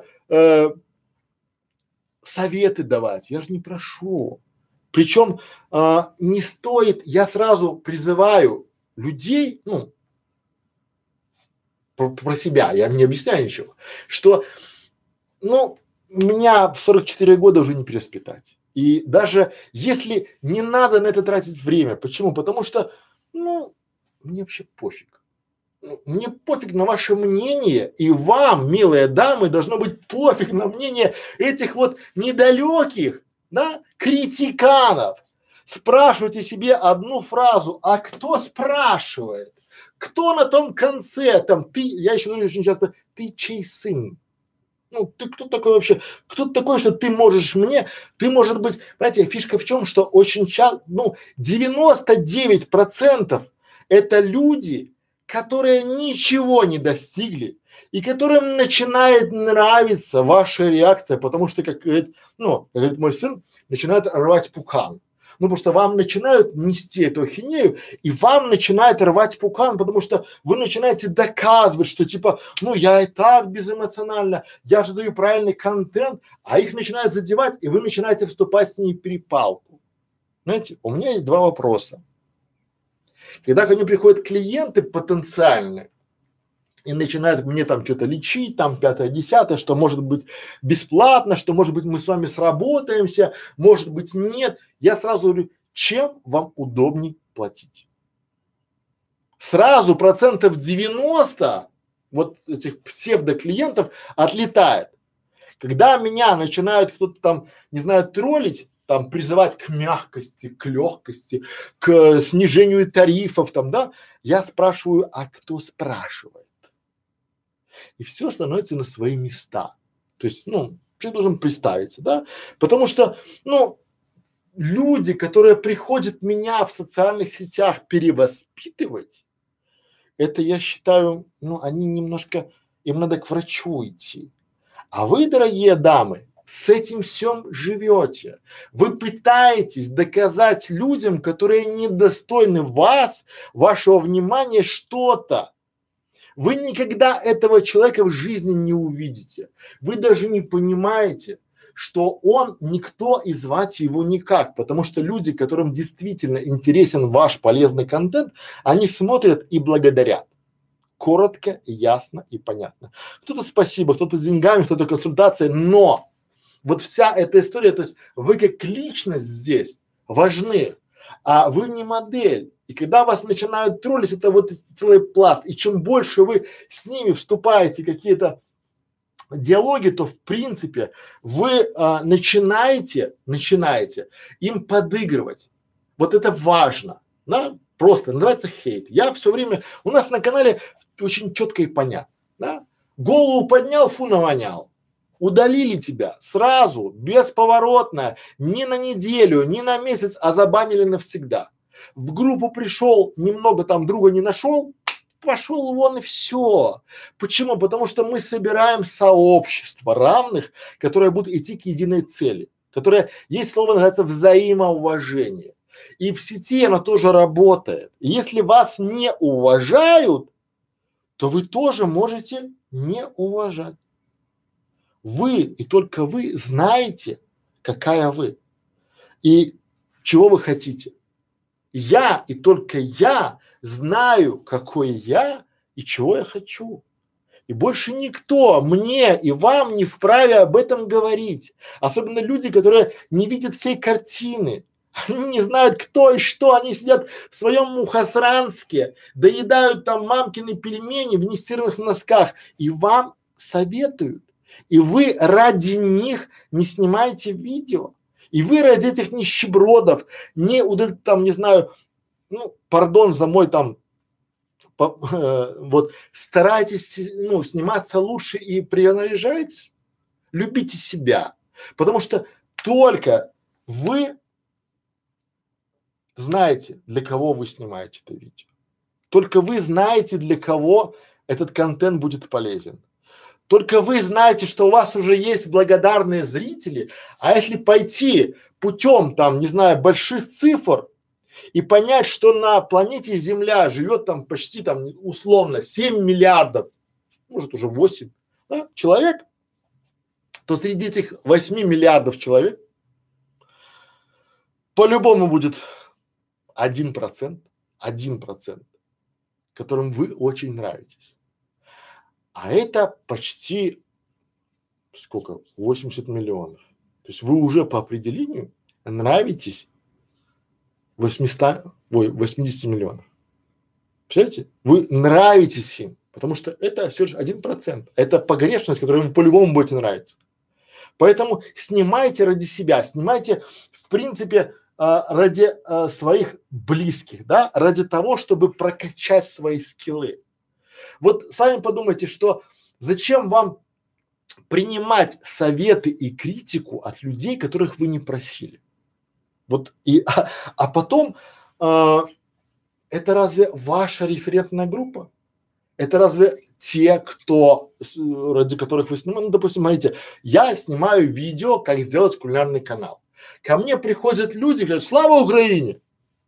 советы давать. Я же не прошу. Причем не стоит, я сразу призываю людей, ну, про себя, я не объясняю ничего, что, ну, меня в 44 года уже не перевоспитать. И даже если не надо на это тратить время, почему? Потому что, ну, мне вообще пофиг. Ну, мне пофиг на ваше мнение, и вам, милые дамы, должно быть пофиг на мнение этих вот недалеких, да, критиканов. Спрашивайте себе одну фразу, а кто спрашивает? Кто на том конце, там, ты, я еще говорю очень часто, ты чей сын? Ну, ты кто такой вообще? Кто ты такой, что ты можешь мне, ты, может быть, понимаете, фишка в чем, что очень часто, ну, 99% это люди, которые ничего не достигли и которым начинает нравиться ваша реакция, потому что, как говорит, ну, как говорит мой сын, начинает рвать пукан. Ну, потому что вам начинают нести эту ахинею, и вам начинает рвать пукан, потому что вы начинаете доказывать, что типа, ну, я и так безэмоционально, я же даю правильный контент, а их начинают задевать, и вы начинаете вступать с ними в перепалку. Знаете, у меня есть 2 вопроса. Когда ко мне приходят клиенты потенциальные и начинают мне там что-то лечить, там 5-е, 10-е, что может быть бесплатно, что может быть мы с вами сработаемся, может быть нет, я сразу говорю, чем вам удобней платить? Сразу 90% вот этих псевдоклиентов отлетает. Когда меня начинают кто-то там, не знаю, троллить, там призывать к мягкости, к легкости, к снижению тарифов там, да, я спрашиваю, а кто спрашивает? И все становится на свои места. То есть, ну, человек должен представиться, да, потому что, ну, люди, которые приходят меня в социальных сетях перевоспитывать, это я считаю, ну, они немножко, им надо к врачу идти. А вы, дорогие дамы, с этим всем живете. Вы пытаетесь доказать людям, которые недостойны вас, вашего внимания, что-то. Вы никогда этого человека в жизни не увидите. Вы даже не понимаете, что он никто и звать его никак, потому что люди, которым действительно интересен ваш полезный контент, они смотрят и благодарят. Коротко, ясно и понятно. Кто-то спасибо, кто-то деньгами, кто-то консультацией, но вот вся эта история, то есть вы как личность здесь важны, а вы не модель. И когда вас начинают троллить, это вот целый пласт. И чем больше вы с ними вступаете в какие-то диалоги, то в принципе вы начинаете им подыгрывать. Вот это важно, да? Просто называется хейт. Я все время, у нас на канале очень четко и понятно, да? Голову поднял, фу, навонял. Удалили тебя сразу, бесповоротно, не на неделю, не на месяц, а забанили навсегда. В группу пришел, немного там друга не нашел, пошел вон и все. Почему? Потому что мы собираем сообщество равных, которые будут идти к единой цели, которое, есть слово, называется взаимоуважение. И в сети оно тоже работает. И если вас не уважают, то вы тоже можете не уважать. Вы и только вы знаете, какая вы и чего вы хотите. Я и только я знаю, какой я и чего я хочу. И больше никто мне и вам не вправе об этом говорить. Особенно люди, которые не видят всей картины. Они не знают, кто и что. Они сидят в своем мухосранске, доедают там мамкины пельмени в нестиранных носках и вам советуют. И вы ради них не снимаете видео. И вы ради этих нищебродов не там, не знаю, ну, пардон за мой там, вот, старайтесь, ну, сниматься лучше и принаряжайтесь, любите себя, потому что только вы знаете, для кого вы снимаете это видео, только вы знаете, для кого этот контент будет полезен. Только вы знаете, что у вас уже есть благодарные зрители, а если пойти путем там, не знаю, больших цифр и понять, что на планете Земля живет там почти там условно 7 миллиардов, может уже 8, да, человек, то среди этих 8 миллиардов человек по-любому будет 1%, которым вы очень нравитесь. А это почти сколько? 80 миллионов. То есть вы уже по определению нравитесь 80 миллионов. Представляете? Вы нравитесь им, потому что это всего лишь 1%. Это погрешность, которой вы по-любому будете нравиться. Поэтому снимайте ради себя, снимайте в принципе ради своих близких, да, ради того, чтобы прокачать свои скиллы. Вот сами подумайте, что зачем вам принимать советы и критику от людей, которых вы не просили. Вот и, потом это разве ваша референтная группа? Это разве те, кто, ради которых вы снимаете? Ну, допустим, смотрите, я снимаю видео, как сделать кулинарный канал. Ко мне приходят люди и говорят: слава Украине!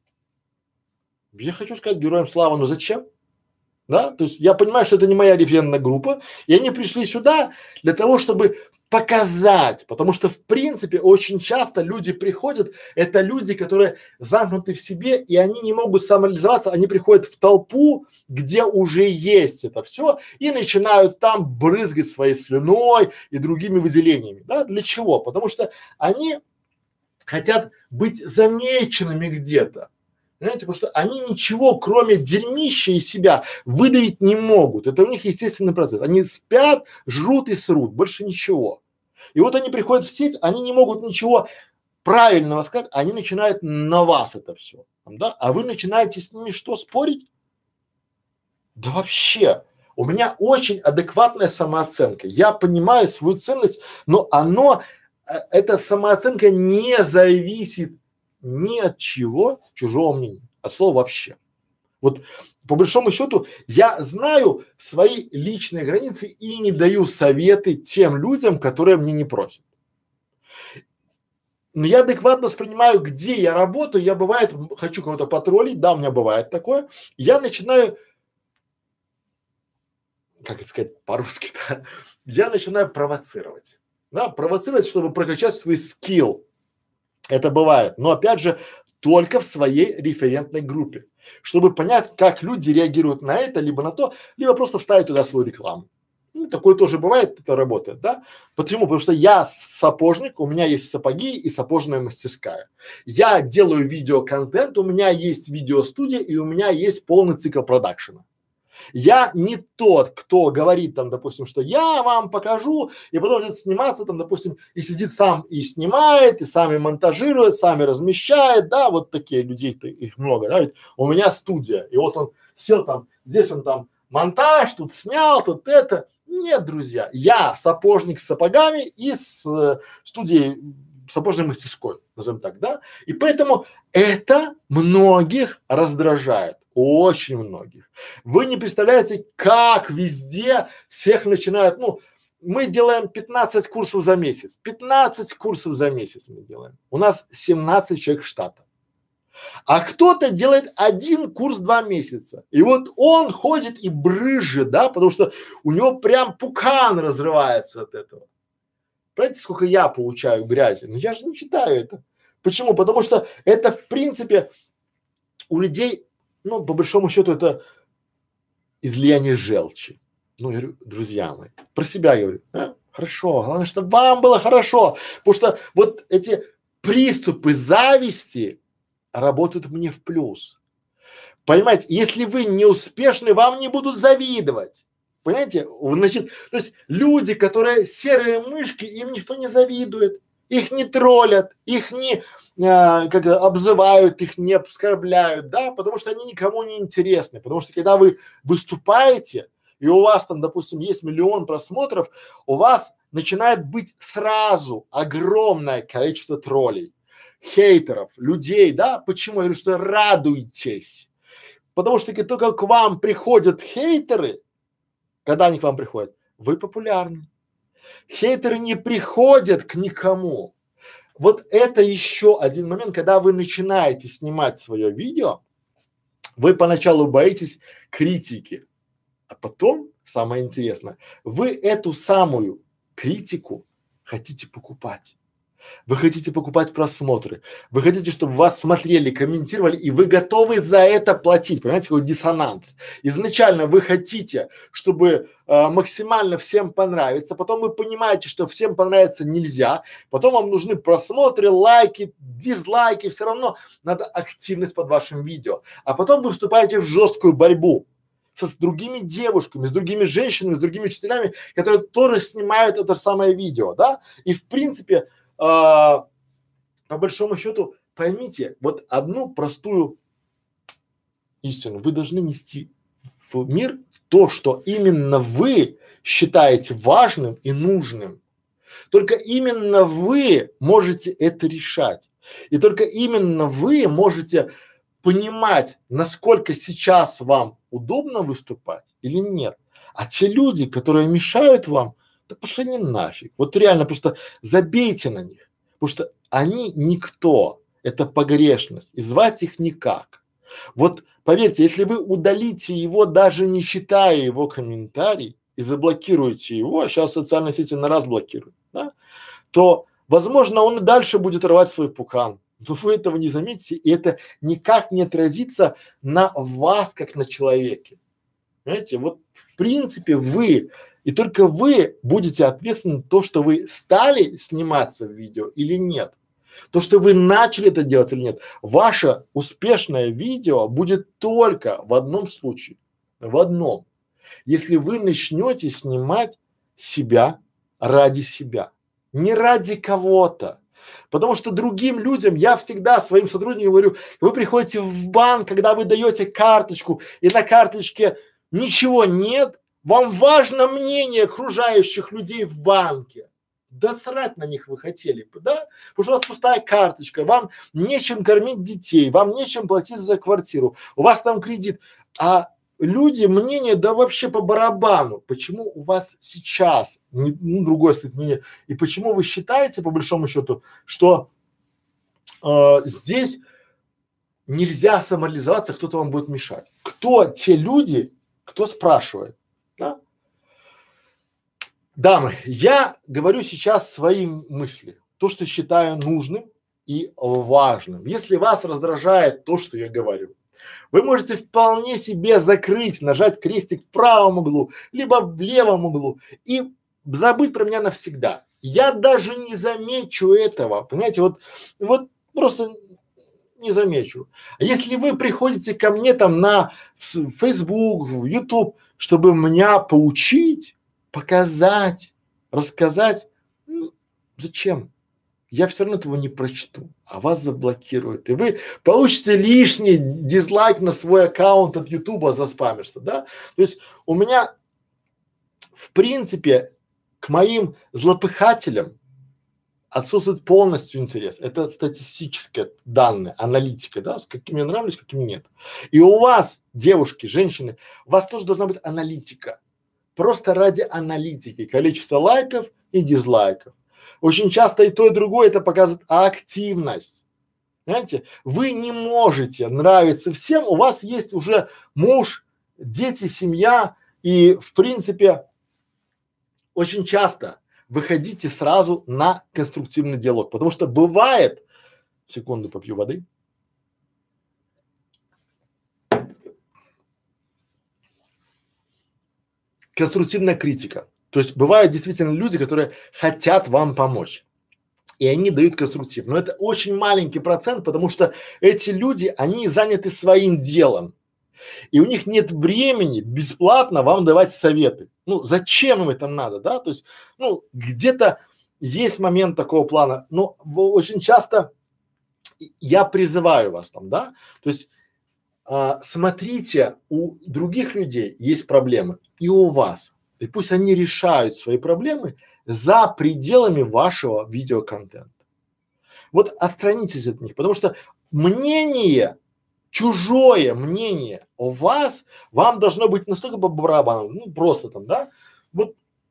Я хочу сказать героям слава, но зачем? Да, то есть я понимаю, что это не моя референтная группа, и они пришли сюда для того, чтобы показать, потому что в принципе очень часто люди приходят, это люди, которые замкнуты в себе, и они не могут самореализоваться, они приходят в толпу, где уже есть это все, и начинают там брызгать своей слюной и другими выделениями, да, для чего? Потому что они хотят быть замеченными где-то. Знаете, потому что они ничего, кроме дерьмища из себя, выдавить не могут. Это у них естественный процесс. Они спят, жрут и срут, больше ничего. И вот они приходят в сеть, они не могут ничего правильного сказать, они начинают на вас это все, да? А вы начинаете с ними что, спорить? Да вообще, у меня очень адекватная самооценка. Я понимаю свою ценность, но эта самооценка не зависит ни от чего чужого мнения, от слова вообще. Вот по большому счету я знаю свои личные границы и не даю советы тем людям, которые мне не просят. Но я адекватно воспринимаю, где я работаю, я бывает хочу кого-то потроллить, да, у меня бывает такое, я начинаю, как это сказать по-русски, да, я начинаю провоцировать, да, чтобы прокачать свой скилл. Это бывает, но опять же только в своей референтной группе, чтобы понять, как люди реагируют на это, либо на то, либо просто вставить туда свою рекламу. Ну, такое тоже бывает, это работает, да? Почему? Потому что я сапожник, у меня есть сапоги и сапожная мастерская. Я делаю видеоконтент, у меня есть видеостудия и у меня есть полный цикл продакшена. Я не тот, кто говорит там, допустим, что я вам покажу, и потом будет сниматься там, допустим, и сидит сам и снимает, и сами монтажирует, сами размещает, да, вот такие людей, их много, да, ведь у меня студия, и вот он сел там, здесь он там монтаж, тут снял, тут это. Нет, друзья, я сапожник с сапогами и с студией сапожной мастерской, назовем так, да? И поэтому это многих раздражает, очень многих. Вы не представляете, как везде всех начинают, ну, мы делаем 15 курсов за месяц, 15 курсов за месяц мы делаем. У нас 17 человек штата. А кто-то делает один курс 2 месяца. И вот он ходит и брызжет, да, потому что у него прям пукан разрывается от этого. Понимаете, сколько я получаю грязи? Но я же не читаю это. Почему? Потому что это, в принципе, у людей, ну, по большому счету, это излияние желчи. Ну, я говорю, друзья мои, про себя говорю, да? Хорошо, главное, чтобы вам было хорошо. Потому что вот эти приступы зависти работают мне в плюс. Понимаете, если вы не успешны, вам не будут завидовать. Понимаете? Значит, то есть люди, которые серые мышки, им никто не завидует, их не троллят, их не обзывают, их не оскорбляют, да, потому что они никому не интересны. Потому что когда вы выступаете, и у вас там, допустим, есть 1 000 000 просмотров, у вас начинает быть сразу огромное количество троллей, хейтеров, людей, да. Почему? Я говорю, что радуйтесь. Потому что только к вам приходят хейтеры, когда они к вам приходят, вы популярны. Хейтеры не приходят к никому. Вот это еще один момент, когда вы начинаете снимать свое видео, вы поначалу боитесь критики, а потом, самое интересное, вы эту самую критику хотите покупать. Вы хотите покупать просмотры, вы хотите, чтобы вас смотрели, комментировали, и вы готовы за это платить. Понимаете, какой диссонанс? Изначально вы хотите, чтобы максимально всем понравиться, потом вы понимаете, что всем понравиться нельзя, потом вам нужны просмотры, лайки, дизлайки, все равно надо активность под вашим видео. А потом вы вступаете в жесткую борьбу с другими девушками, с другими женщинами, с другими учителями, которые тоже снимают это самое видео, да? И в принципе, по большому счету, поймите вот одну простую истину. Вы должны нести в мир то, что именно вы считаете важным и нужным. Только именно вы можете это решать. И только именно вы можете понимать, насколько сейчас вам удобно выступать или нет. А те люди, которые мешают вам, да пошли они нафиг. Вот реально просто забейте на них, потому что они никто, это погрешность, и звать их никак. Вот поверьте, если вы удалите его, даже не читая его комментарий, и заблокируете его, а сейчас социальные сети на раз блокируют, да, то, возможно, он и дальше будет рвать свой пукан. Но вы этого не заметите, и это никак не отразится на вас, как на человеке. Понимаете, вот в принципе вы и только вы будете ответственны за то, что вы стали сниматься в видео или нет. То, что вы начали это делать или нет. Ваше успешное видео будет только в одном случае. В одном. Если вы начнете снимать себя ради себя. Не ради кого-то. Потому что другим людям, я всегда своим сотрудникам говорю, вы приходите в банк, когда вы даете карточку, и на карточке ничего нет, вам важно мнение окружающих людей в банке. Да срать на них вы хотели бы, да? Потому что у вас пустая карточка, вам нечем кормить детей, вам нечем платить за квартиру, у вас там кредит, а люди мнение да вообще по барабану. Почему у вас сейчас ну, другое стоит мнение, и почему вы считаете по большому счету, что здесь нельзя самореализоваться, кто-то вам будет мешать? Кто те люди, кто спрашивает? Да? Дамы, я говорю сейчас свои мысли, то, что считаю нужным и важным. Если вас раздражает то, что я говорю, вы можете вполне себе закрыть, нажать крестик в правом углу, либо в левом углу и забыть про меня навсегда. Я даже не замечу этого, понимаете, вот просто не замечу. А если вы приходите ко мне там на Facebook, в YouTube, чтобы меня поучить, показать, рассказать, ну, зачем? Я все равно этого не прочту, а вас заблокируют. И вы получите лишний дизлайк на свой аккаунт от Ютуба, заспамишься, да? То есть у меня, в принципе, к моим злопыхателям отсутствует полностью интерес. Это статистические данные, аналитика, да, с какими нравлюсь, с какими нет. И у вас, девушки, женщины, у вас тоже должна быть аналитика. Просто ради аналитики, количество лайков и дизлайков. Очень часто и то, и другое это показывает активность. Знаете, вы не можете нравиться всем, у вас есть уже муж, дети, семья, и в принципе очень часто выходите сразу на конструктивный диалог, потому что бывает, секунду попью воды. Конструктивная критика. То есть бывают действительно люди, которые хотят вам помочь. И они дают конструктив. Но это очень маленький процент, потому что эти люди, они заняты своим делом. И у них нет времени бесплатно вам давать советы. Ну, зачем им это надо, да? То есть, ну, где-то есть момент такого плана, но очень часто я призываю вас там, да? То есть, смотрите, у других людей есть проблемы, и у вас. И пусть они решают свои проблемы за пределами вашего видеоконтента. Вот отстранитесь от них, потому что мнение, чужое мнение о вас, вам должно быть настолько по барабану, ну просто там, да, вот,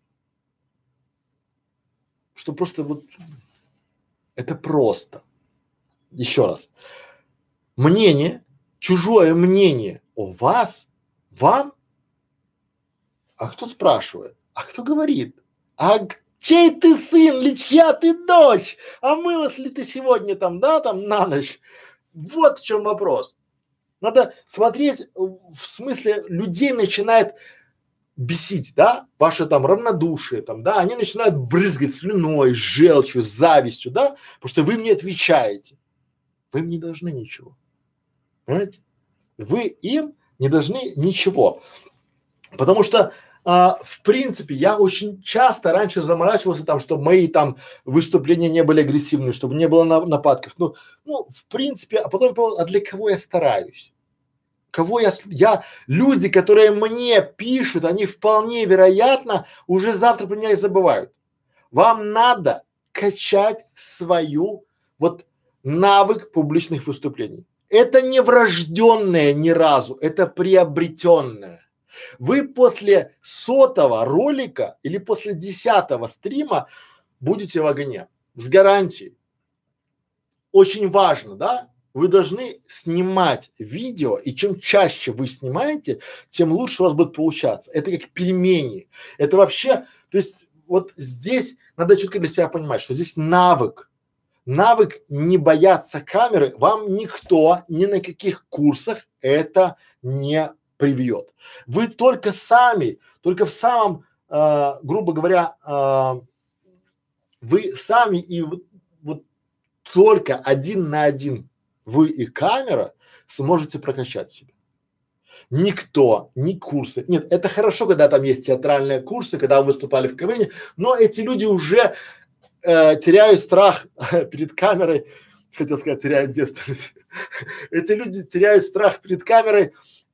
что просто вот, это просто. Еще раз, мнение, чужое мнение о вас, вам, а кто спрашивает, а кто говорит, а чей ты сын или чья ты дочь, а мылась ли ты сегодня там, да, там на ночь, вот в чем вопрос. Надо смотреть, в смысле людей начинает бесить, да, ваше там равнодушие там, да, они начинают брызгать слюной, желчью, завистью, да, потому что вы мне отвечаете, вы им не должны ничего, понимаете, вы им не должны ничего, потому что в принципе я очень часто раньше заморачивался там, чтобы мои там выступления не были агрессивными, чтобы не было нападков, ну в принципе, а потом понял, а для кого я стараюсь? Кого люди, которые мне пишут, они вполне вероятно уже завтра про меня и забывают. Вам надо качать свою вот навык публичных выступлений. Это не врожденное ни разу, это приобретенное. Вы после 100-го ролика или после 10-го стрима будете в огне с гарантией. Очень важно, да? Вы должны снимать видео, и чем чаще вы снимаете, тем лучше у вас будет получаться. Это как пельмени. Это вообще, то есть вот здесь надо четко для себя понимать, что здесь навык. Навык не бояться камеры вам никто ни на каких курсах это не привьет. Вы только сами, только в самом, грубо говоря, вы сами и вот только один на один вы и камера сможете прокачать себя. Никто, ни курсы. Нет, это хорошо, когда там есть театральные курсы, когда вы выступали в КВН, но эти люди уже теряют страх перед камерой, хотел сказать, теряют девственность. Эти люди теряют страх перед камерой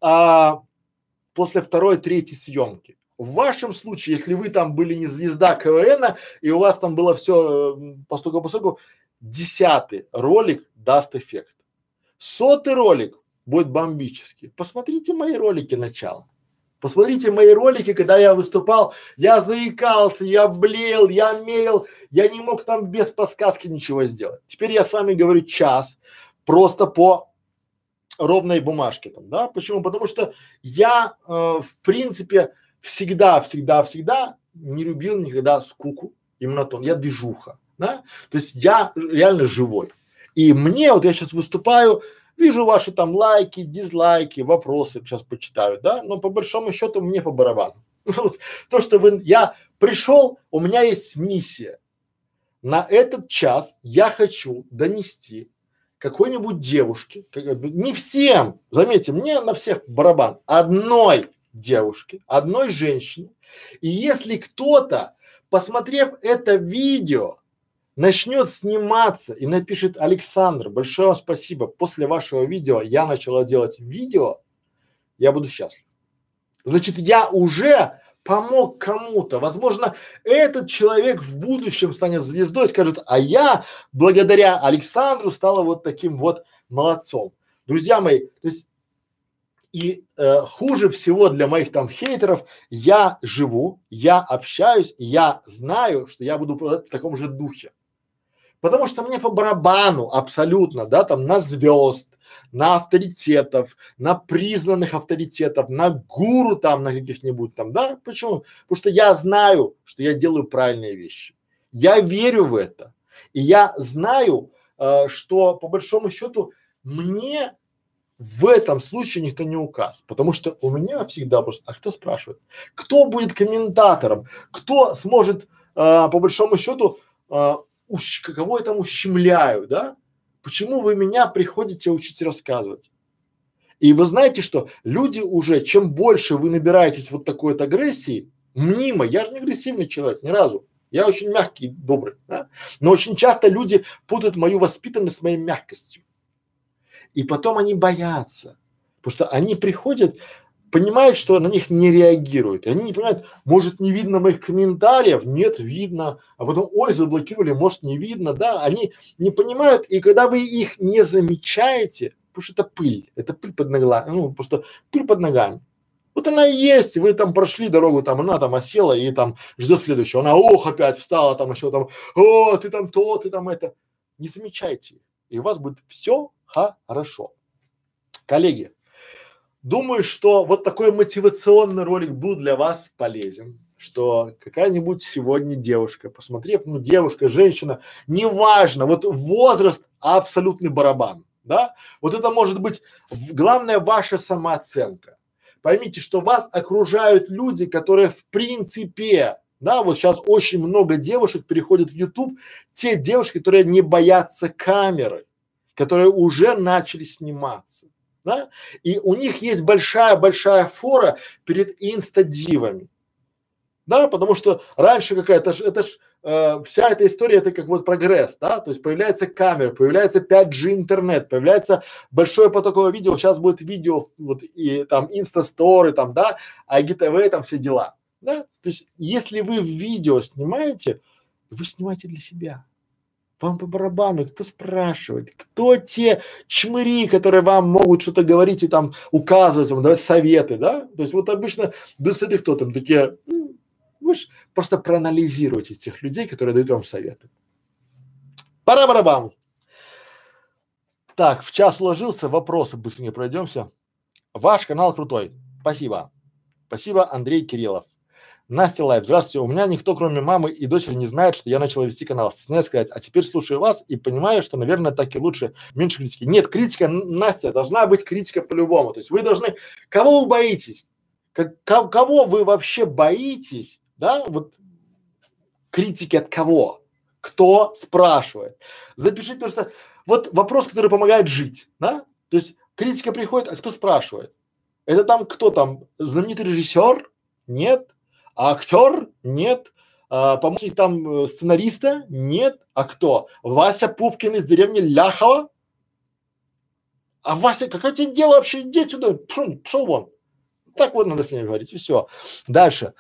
после второй, третьей съемки. В вашем случае, если вы там были не звезда КВН, и у вас там было все постольку, 10-й ролик даст эффект. 100-й ролик будет бомбический. Посмотрите мои ролики начала. Посмотрите мои ролики, когда я выступал, я заикался, я блеял, я мел, я не мог там без подсказки ничего сделать. Теперь я с вами говорю час, просто по ровной бумажке там, да? Почему? Потому что я в принципе всегда не любил никогда скуку и монотон. Я движуха, да? То есть я реально живой. И мне, вот я сейчас выступаю, вижу ваши там лайки, дизлайки, вопросы сейчас почитаю, да, но по большому счету мне по барабану. Вот, то, что я пришел, у меня есть миссия. На этот час я хочу донести какой-нибудь девушке, не всем, заметьте, мне на всех барабан, одной девушке, одной женщине. И если кто-то, посмотрев это видео, начнет сниматься и напишет: Александр, большое вам спасибо, после вашего видео я начала делать видео, я буду счастлив. Значит, я уже помог кому-то. Возможно, этот человек в будущем станет звездой и скажет, а я благодаря Александру стала вот таким вот молодцом. Друзья мои, то есть и хуже всего для моих там хейтеров, я живу, я общаюсь, и я знаю, что я буду продолжать в таком же духе. Потому что мне по барабану абсолютно, да, там на звезд, на авторитетов, на признанных авторитетов, на гуру там, на каких-нибудь там, да, почему? Потому что я знаю, что я делаю правильные вещи. Я верю в это. И я знаю, что по большому счету мне в этом случае никто не указ, потому что у меня всегда вопрос, а кто спрашивает? Кто будет комментатором? Кто сможет, по большому счету, кого я там ущемляю, да? Почему вы меня приходите учить рассказывать? И вы знаете, что люди уже, чем больше вы набираетесь вот такой вот агрессии, мнимо, я же не агрессивный человек ни разу, я очень мягкий, добрый, да? Но очень часто люди путают мою воспитанность с моей мягкостью. И потом они боятся, потому что они приходят, понимают, что на них не реагируют. И они не понимают, может не видно моих комментариев, нет, видно, а потом, ой, заблокировали, может не видно, да, они не понимают, и когда вы их не замечаете, потому что это пыль под ногами, ну, просто пыль под ногами. Вот она и есть, вы там прошли дорогу, там она там осела и там ждет следующего, она, ох, опять встала, там еще там, о, ты там то, ты там это. Не замечайте, и у вас будет все хорошо. Коллеги, думаю, что вот такой мотивационный ролик был для вас полезен, что какая-нибудь сегодня девушка, посмотрев, ну девушка, женщина, неважно, вот возраст абсолютный барабан, да, вот это может быть главное ваша самооценка. Поймите, что вас окружают люди, которые в принципе, да, вот сейчас очень много девушек переходят в YouTube, те девушки, которые не боятся камеры, которые уже начали сниматься, да, и у них есть большая фора перед инстадивами, да, потому что раньше какая-то, это ж вся эта история, это как вот прогресс, да, то есть появляется камера, появляется 5G интернет, появляется большое потоковое видео, сейчас будет видео вот и там инстасторы там, да, IGTV там все дела, да, то есть если вы видео снимаете, вы снимаете для себя. Вам по барабану, кто спрашивает, кто те чмыри, которые вам могут что-то говорить и там указывать, вам давать советы, да? То есть вот обычно, да смотри, кто там такие, вы ж просто проанализируйте тех людей, которые дают вам советы. Пара-барабан. Так, в час уложился, вопросы быстренько пройдемся. Ваш канал крутой. Спасибо. Спасибо, Андрей Кириллов. Настя Лайв, здравствуйте, у меня никто, кроме мамы и дочери, не знает, что я начал вести канал. Стесняюсь сказать, а теперь слушаю вас и понимаю, что, наверное, так и лучше, меньше критики. Нет, критика, Настя, должна быть критика по-любому. То есть вы должны, кого вы боитесь? Кого вы вообще боитесь, да, вот критики от кого? Кто спрашивает? Запишите, потому что вот вопрос, который помогает жить, да? То есть критика приходит, а кто спрашивает? Это там кто там? Знаменитый режиссер? Нет. А актер? Нет. А помощник там сценариста? Нет. А кто? Вася Пупкин из деревни Ляхова? А Вася, какое тебе дело вообще? Иди сюда, пшел вон. Так вот надо с ней говорить, и все. Дальше.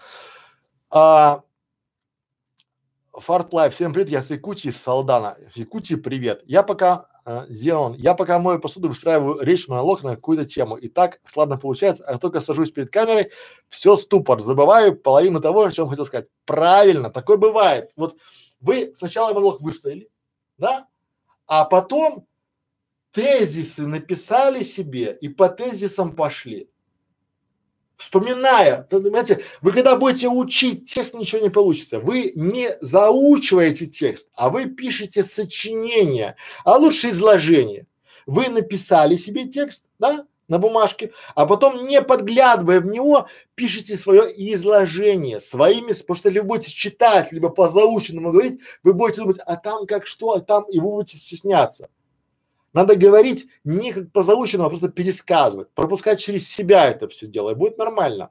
Фартлайф, всем привет, я с Якутии, с Салдана. В Якутии привет. Я пока мою посуду, выстраиваю речь, монолог на какую-то тему. И так складно получается, а только сажусь перед камерой, все ступор, забываю половину того, о чем хотел сказать. Правильно, такое бывает. Вот вы сначала монолог выставили, да, а потом тезисы написали себе и по тезисам пошли. Вспоминая, понимаете, вы когда будете учить текст, ничего не получится. Вы не заучиваете текст, а вы пишете сочинение, а лучше изложение. Вы написали себе текст, да, на бумажке, а потом, не подглядывая в него, пишите свое изложение своими, потому что либо будете читать, либо по заученному говорить, вы будете думать, а там как что, а там, и вы будете стесняться. Надо говорить не как по заученному, а просто пересказывать, пропускать через себя это все дело, и будет нормально.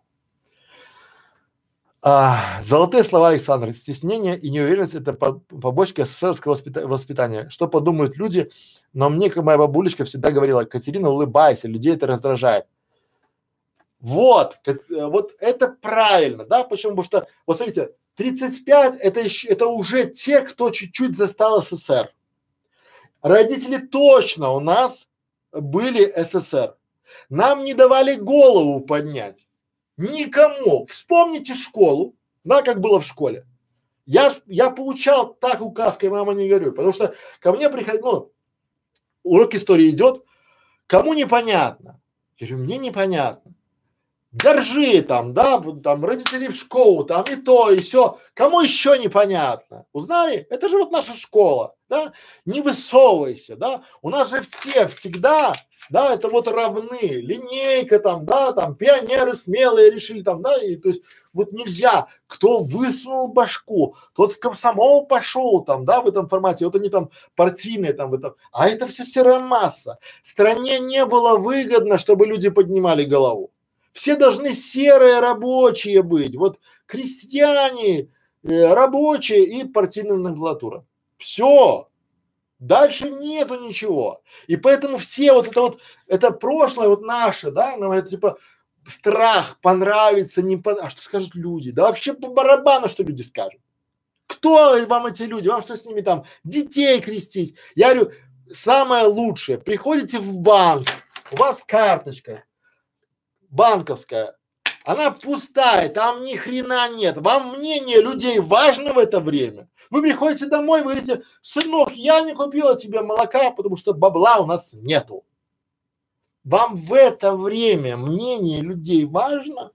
Золотые слова, Александр. Стеснение и неуверенность – это побочка СССРского воспитания. Что подумают люди? Но мне, как моя бабулечка всегда говорила, Катерина, улыбайся, людей это раздражает. Вот это правильно, да, почему? Потому что, вот смотрите, 35 это уже те, кто чуть-чуть застал СССР. Родители точно у нас были СССР. Нам не давали голову поднять. Никому. Вспомните школу, да, как было в школе. Я получал так указкой, мама не горюй, потому что ко мне приходил, ну, урок истории идет, кому непонятно. Я говорю, мне непонятно. Держи там, да, там родители в школу, там и то, и все. Кому еще непонятно? Узнали? Это же вот наша школа, да? Не высовывайся, да? У нас же все всегда, да, это вот равны. Линейка там, да, там пионеры смелые решили там, да, и то есть вот нельзя. Кто высунул башку, тот в комсомол пошел там, да, в этом формате. Вот они там партийные там в этом. А это все серая масса. Стране не было выгодно, чтобы люди поднимали голову. Все должны серые рабочие быть, вот крестьяне, рабочие и партийная номенклатура. Все, дальше нету ничего. И поэтому все вот, это прошлое вот наше, да, нам это типа страх понравится, не по, а что скажут люди? Да вообще по барабану, что люди скажут. Кто вам эти люди? Вам что с ними там детей крестить? Я говорю, самое лучшее, приходите в банк, у вас карточка банковская, она пустая, там ни хрена нет. Вам мнение людей важно в это время? Вы приходите домой, вы говорите, сынок, я не купила тебе молока, потому что бабла у нас нету. Вам в это время мнение людей важно?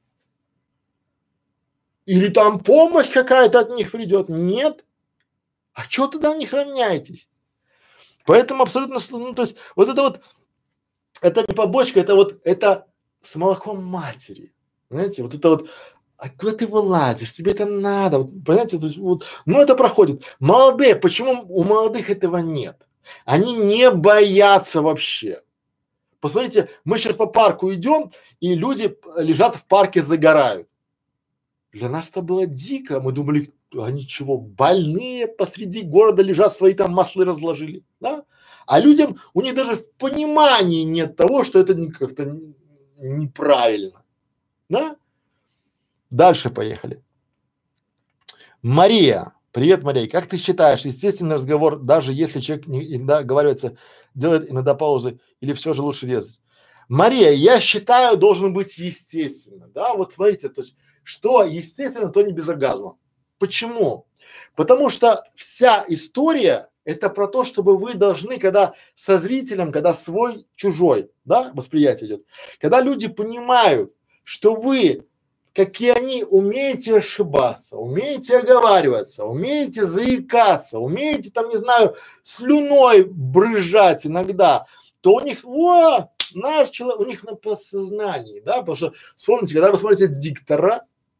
Или там помощь какая-то от них придет? Нет. А что тогда на них равняетесь? Поэтому абсолютно, ну то есть вот, это не побочка, это вот, это с молоком матери. Знаете, вот это вот, а куда ты вылазишь, тебе это надо, вот, понимаете, то есть вот, ну это проходит. Молодые, почему у молодых этого нет? Они не боятся вообще. Посмотрите, мы сейчас по парку идем, и люди лежат в парке, загорают. Для нас это было дико, мы думали, они чего, больные посреди города лежат, свои там маслы разложили, да? А людям, у них даже в понимании нет того, что это как-то неправильно, да? Дальше поехали. Мария. Привет, Мария. Как ты считаешь, естественный разговор, даже если человек не иногда оговаривается, делает иногда паузы, или все же лучше резать? Мария, я считаю, должен быть естественно, да, вот смотрите, то есть, что естественно, то не без оргазма. Почему? Потому что вся история это про то, чтобы вы должны, когда со зрителем, когда свой, чужой, да, восприятие идет, когда люди понимают, что вы, как и они, умеете ошибаться, умеете оговариваться, умеете заикаться, умеете там, не знаю, слюной брызжать иногда, то у них, наш человек, у них на подсознании, да, потому что вспомните, когда вы смотрите диктора,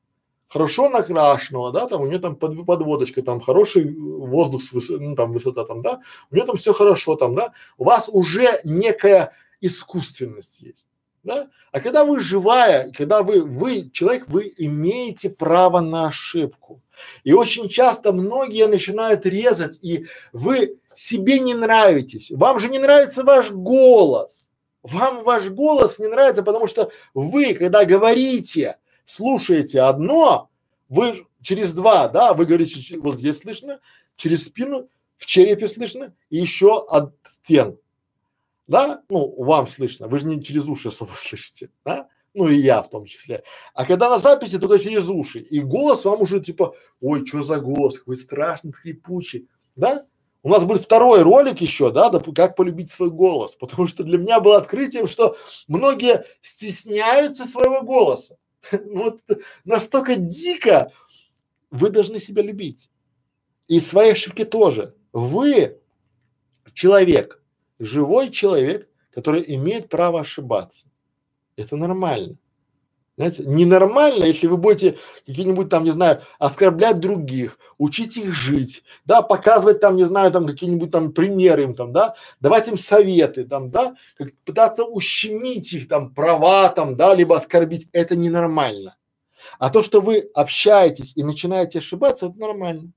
хорошо накрашенного, да, там у нее там подводочка, там хороший воздух ну там высота там, да, у нее там все хорошо там, да, у вас уже некая искусственность есть, да, а когда вы живая, когда вы человек, вы имеете право на ошибку. И очень часто многие начинают резать, и вы себе не нравитесь, вам же не нравится ваш голос, вам ваш голос не нравится, потому что вы, когда говорите, слушаете одно, вы через два, да, вы говорите, вот здесь слышно, через спину, в черепе слышно и еще от стен, да, ну, вам слышно, вы же не через уши особо слышите, да, ну и я в том числе. А когда на записи, только через уши, и голос вам уже типа, ой, что за голос, какой страшный, хрипучий, да. У нас будет второй ролик еще, да, как полюбить свой голос, потому что для меня было открытием, что многие стесняются своего голоса. Вот настолько дико, вы должны себя любить. И свои ошибки тоже. Вы человек, живой человек, который имеет право ошибаться. Это нормально. Знаете, ненормально, если вы будете какие-нибудь там, не знаю, оскорблять других, учить их жить, да, показывать там, не знаю, там какие-нибудь там примеры им там, да, давать им советы там, да, как пытаться ущемить их там права там, да, либо оскорбить, это ненормально. А то, что вы общаетесь и начинаете ошибаться, это нормально.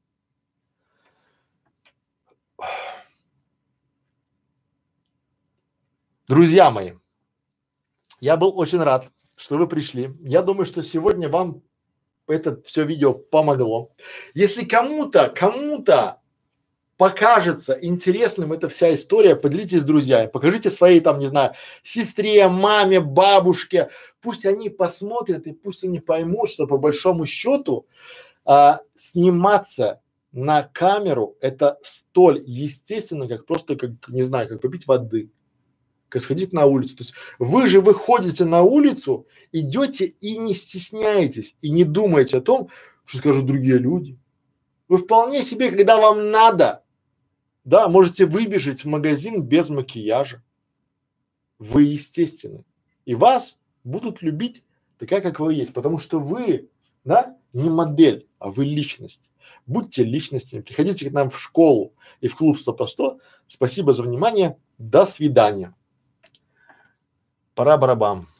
Друзья мои, я был очень рад, что вы пришли. Я думаю, что сегодня вам это все видео помогло. Если кому-то покажется интересным эта вся история, поделитесь с друзьями, покажите своей там, не знаю, сестре, маме, бабушке, пусть они посмотрят и пусть они поймут, что по большому счету сниматься на камеру это столь естественно, как просто, как, не знаю, как попить воды, как сходить на улицу. То есть вы же выходите на улицу, идете и не стесняетесь, и не думаете о том, что скажут другие люди. Вы вполне себе, когда вам надо, да, можете выбежать в магазин без макияжа. Вы естественны. И вас будут любить такая, как вы есть, потому что вы, да, не модель, а вы личность. Будьте личностями, приходите к нам в школу и в клуб 100 по 100. Спасибо за внимание. До свидания. Пора барабан.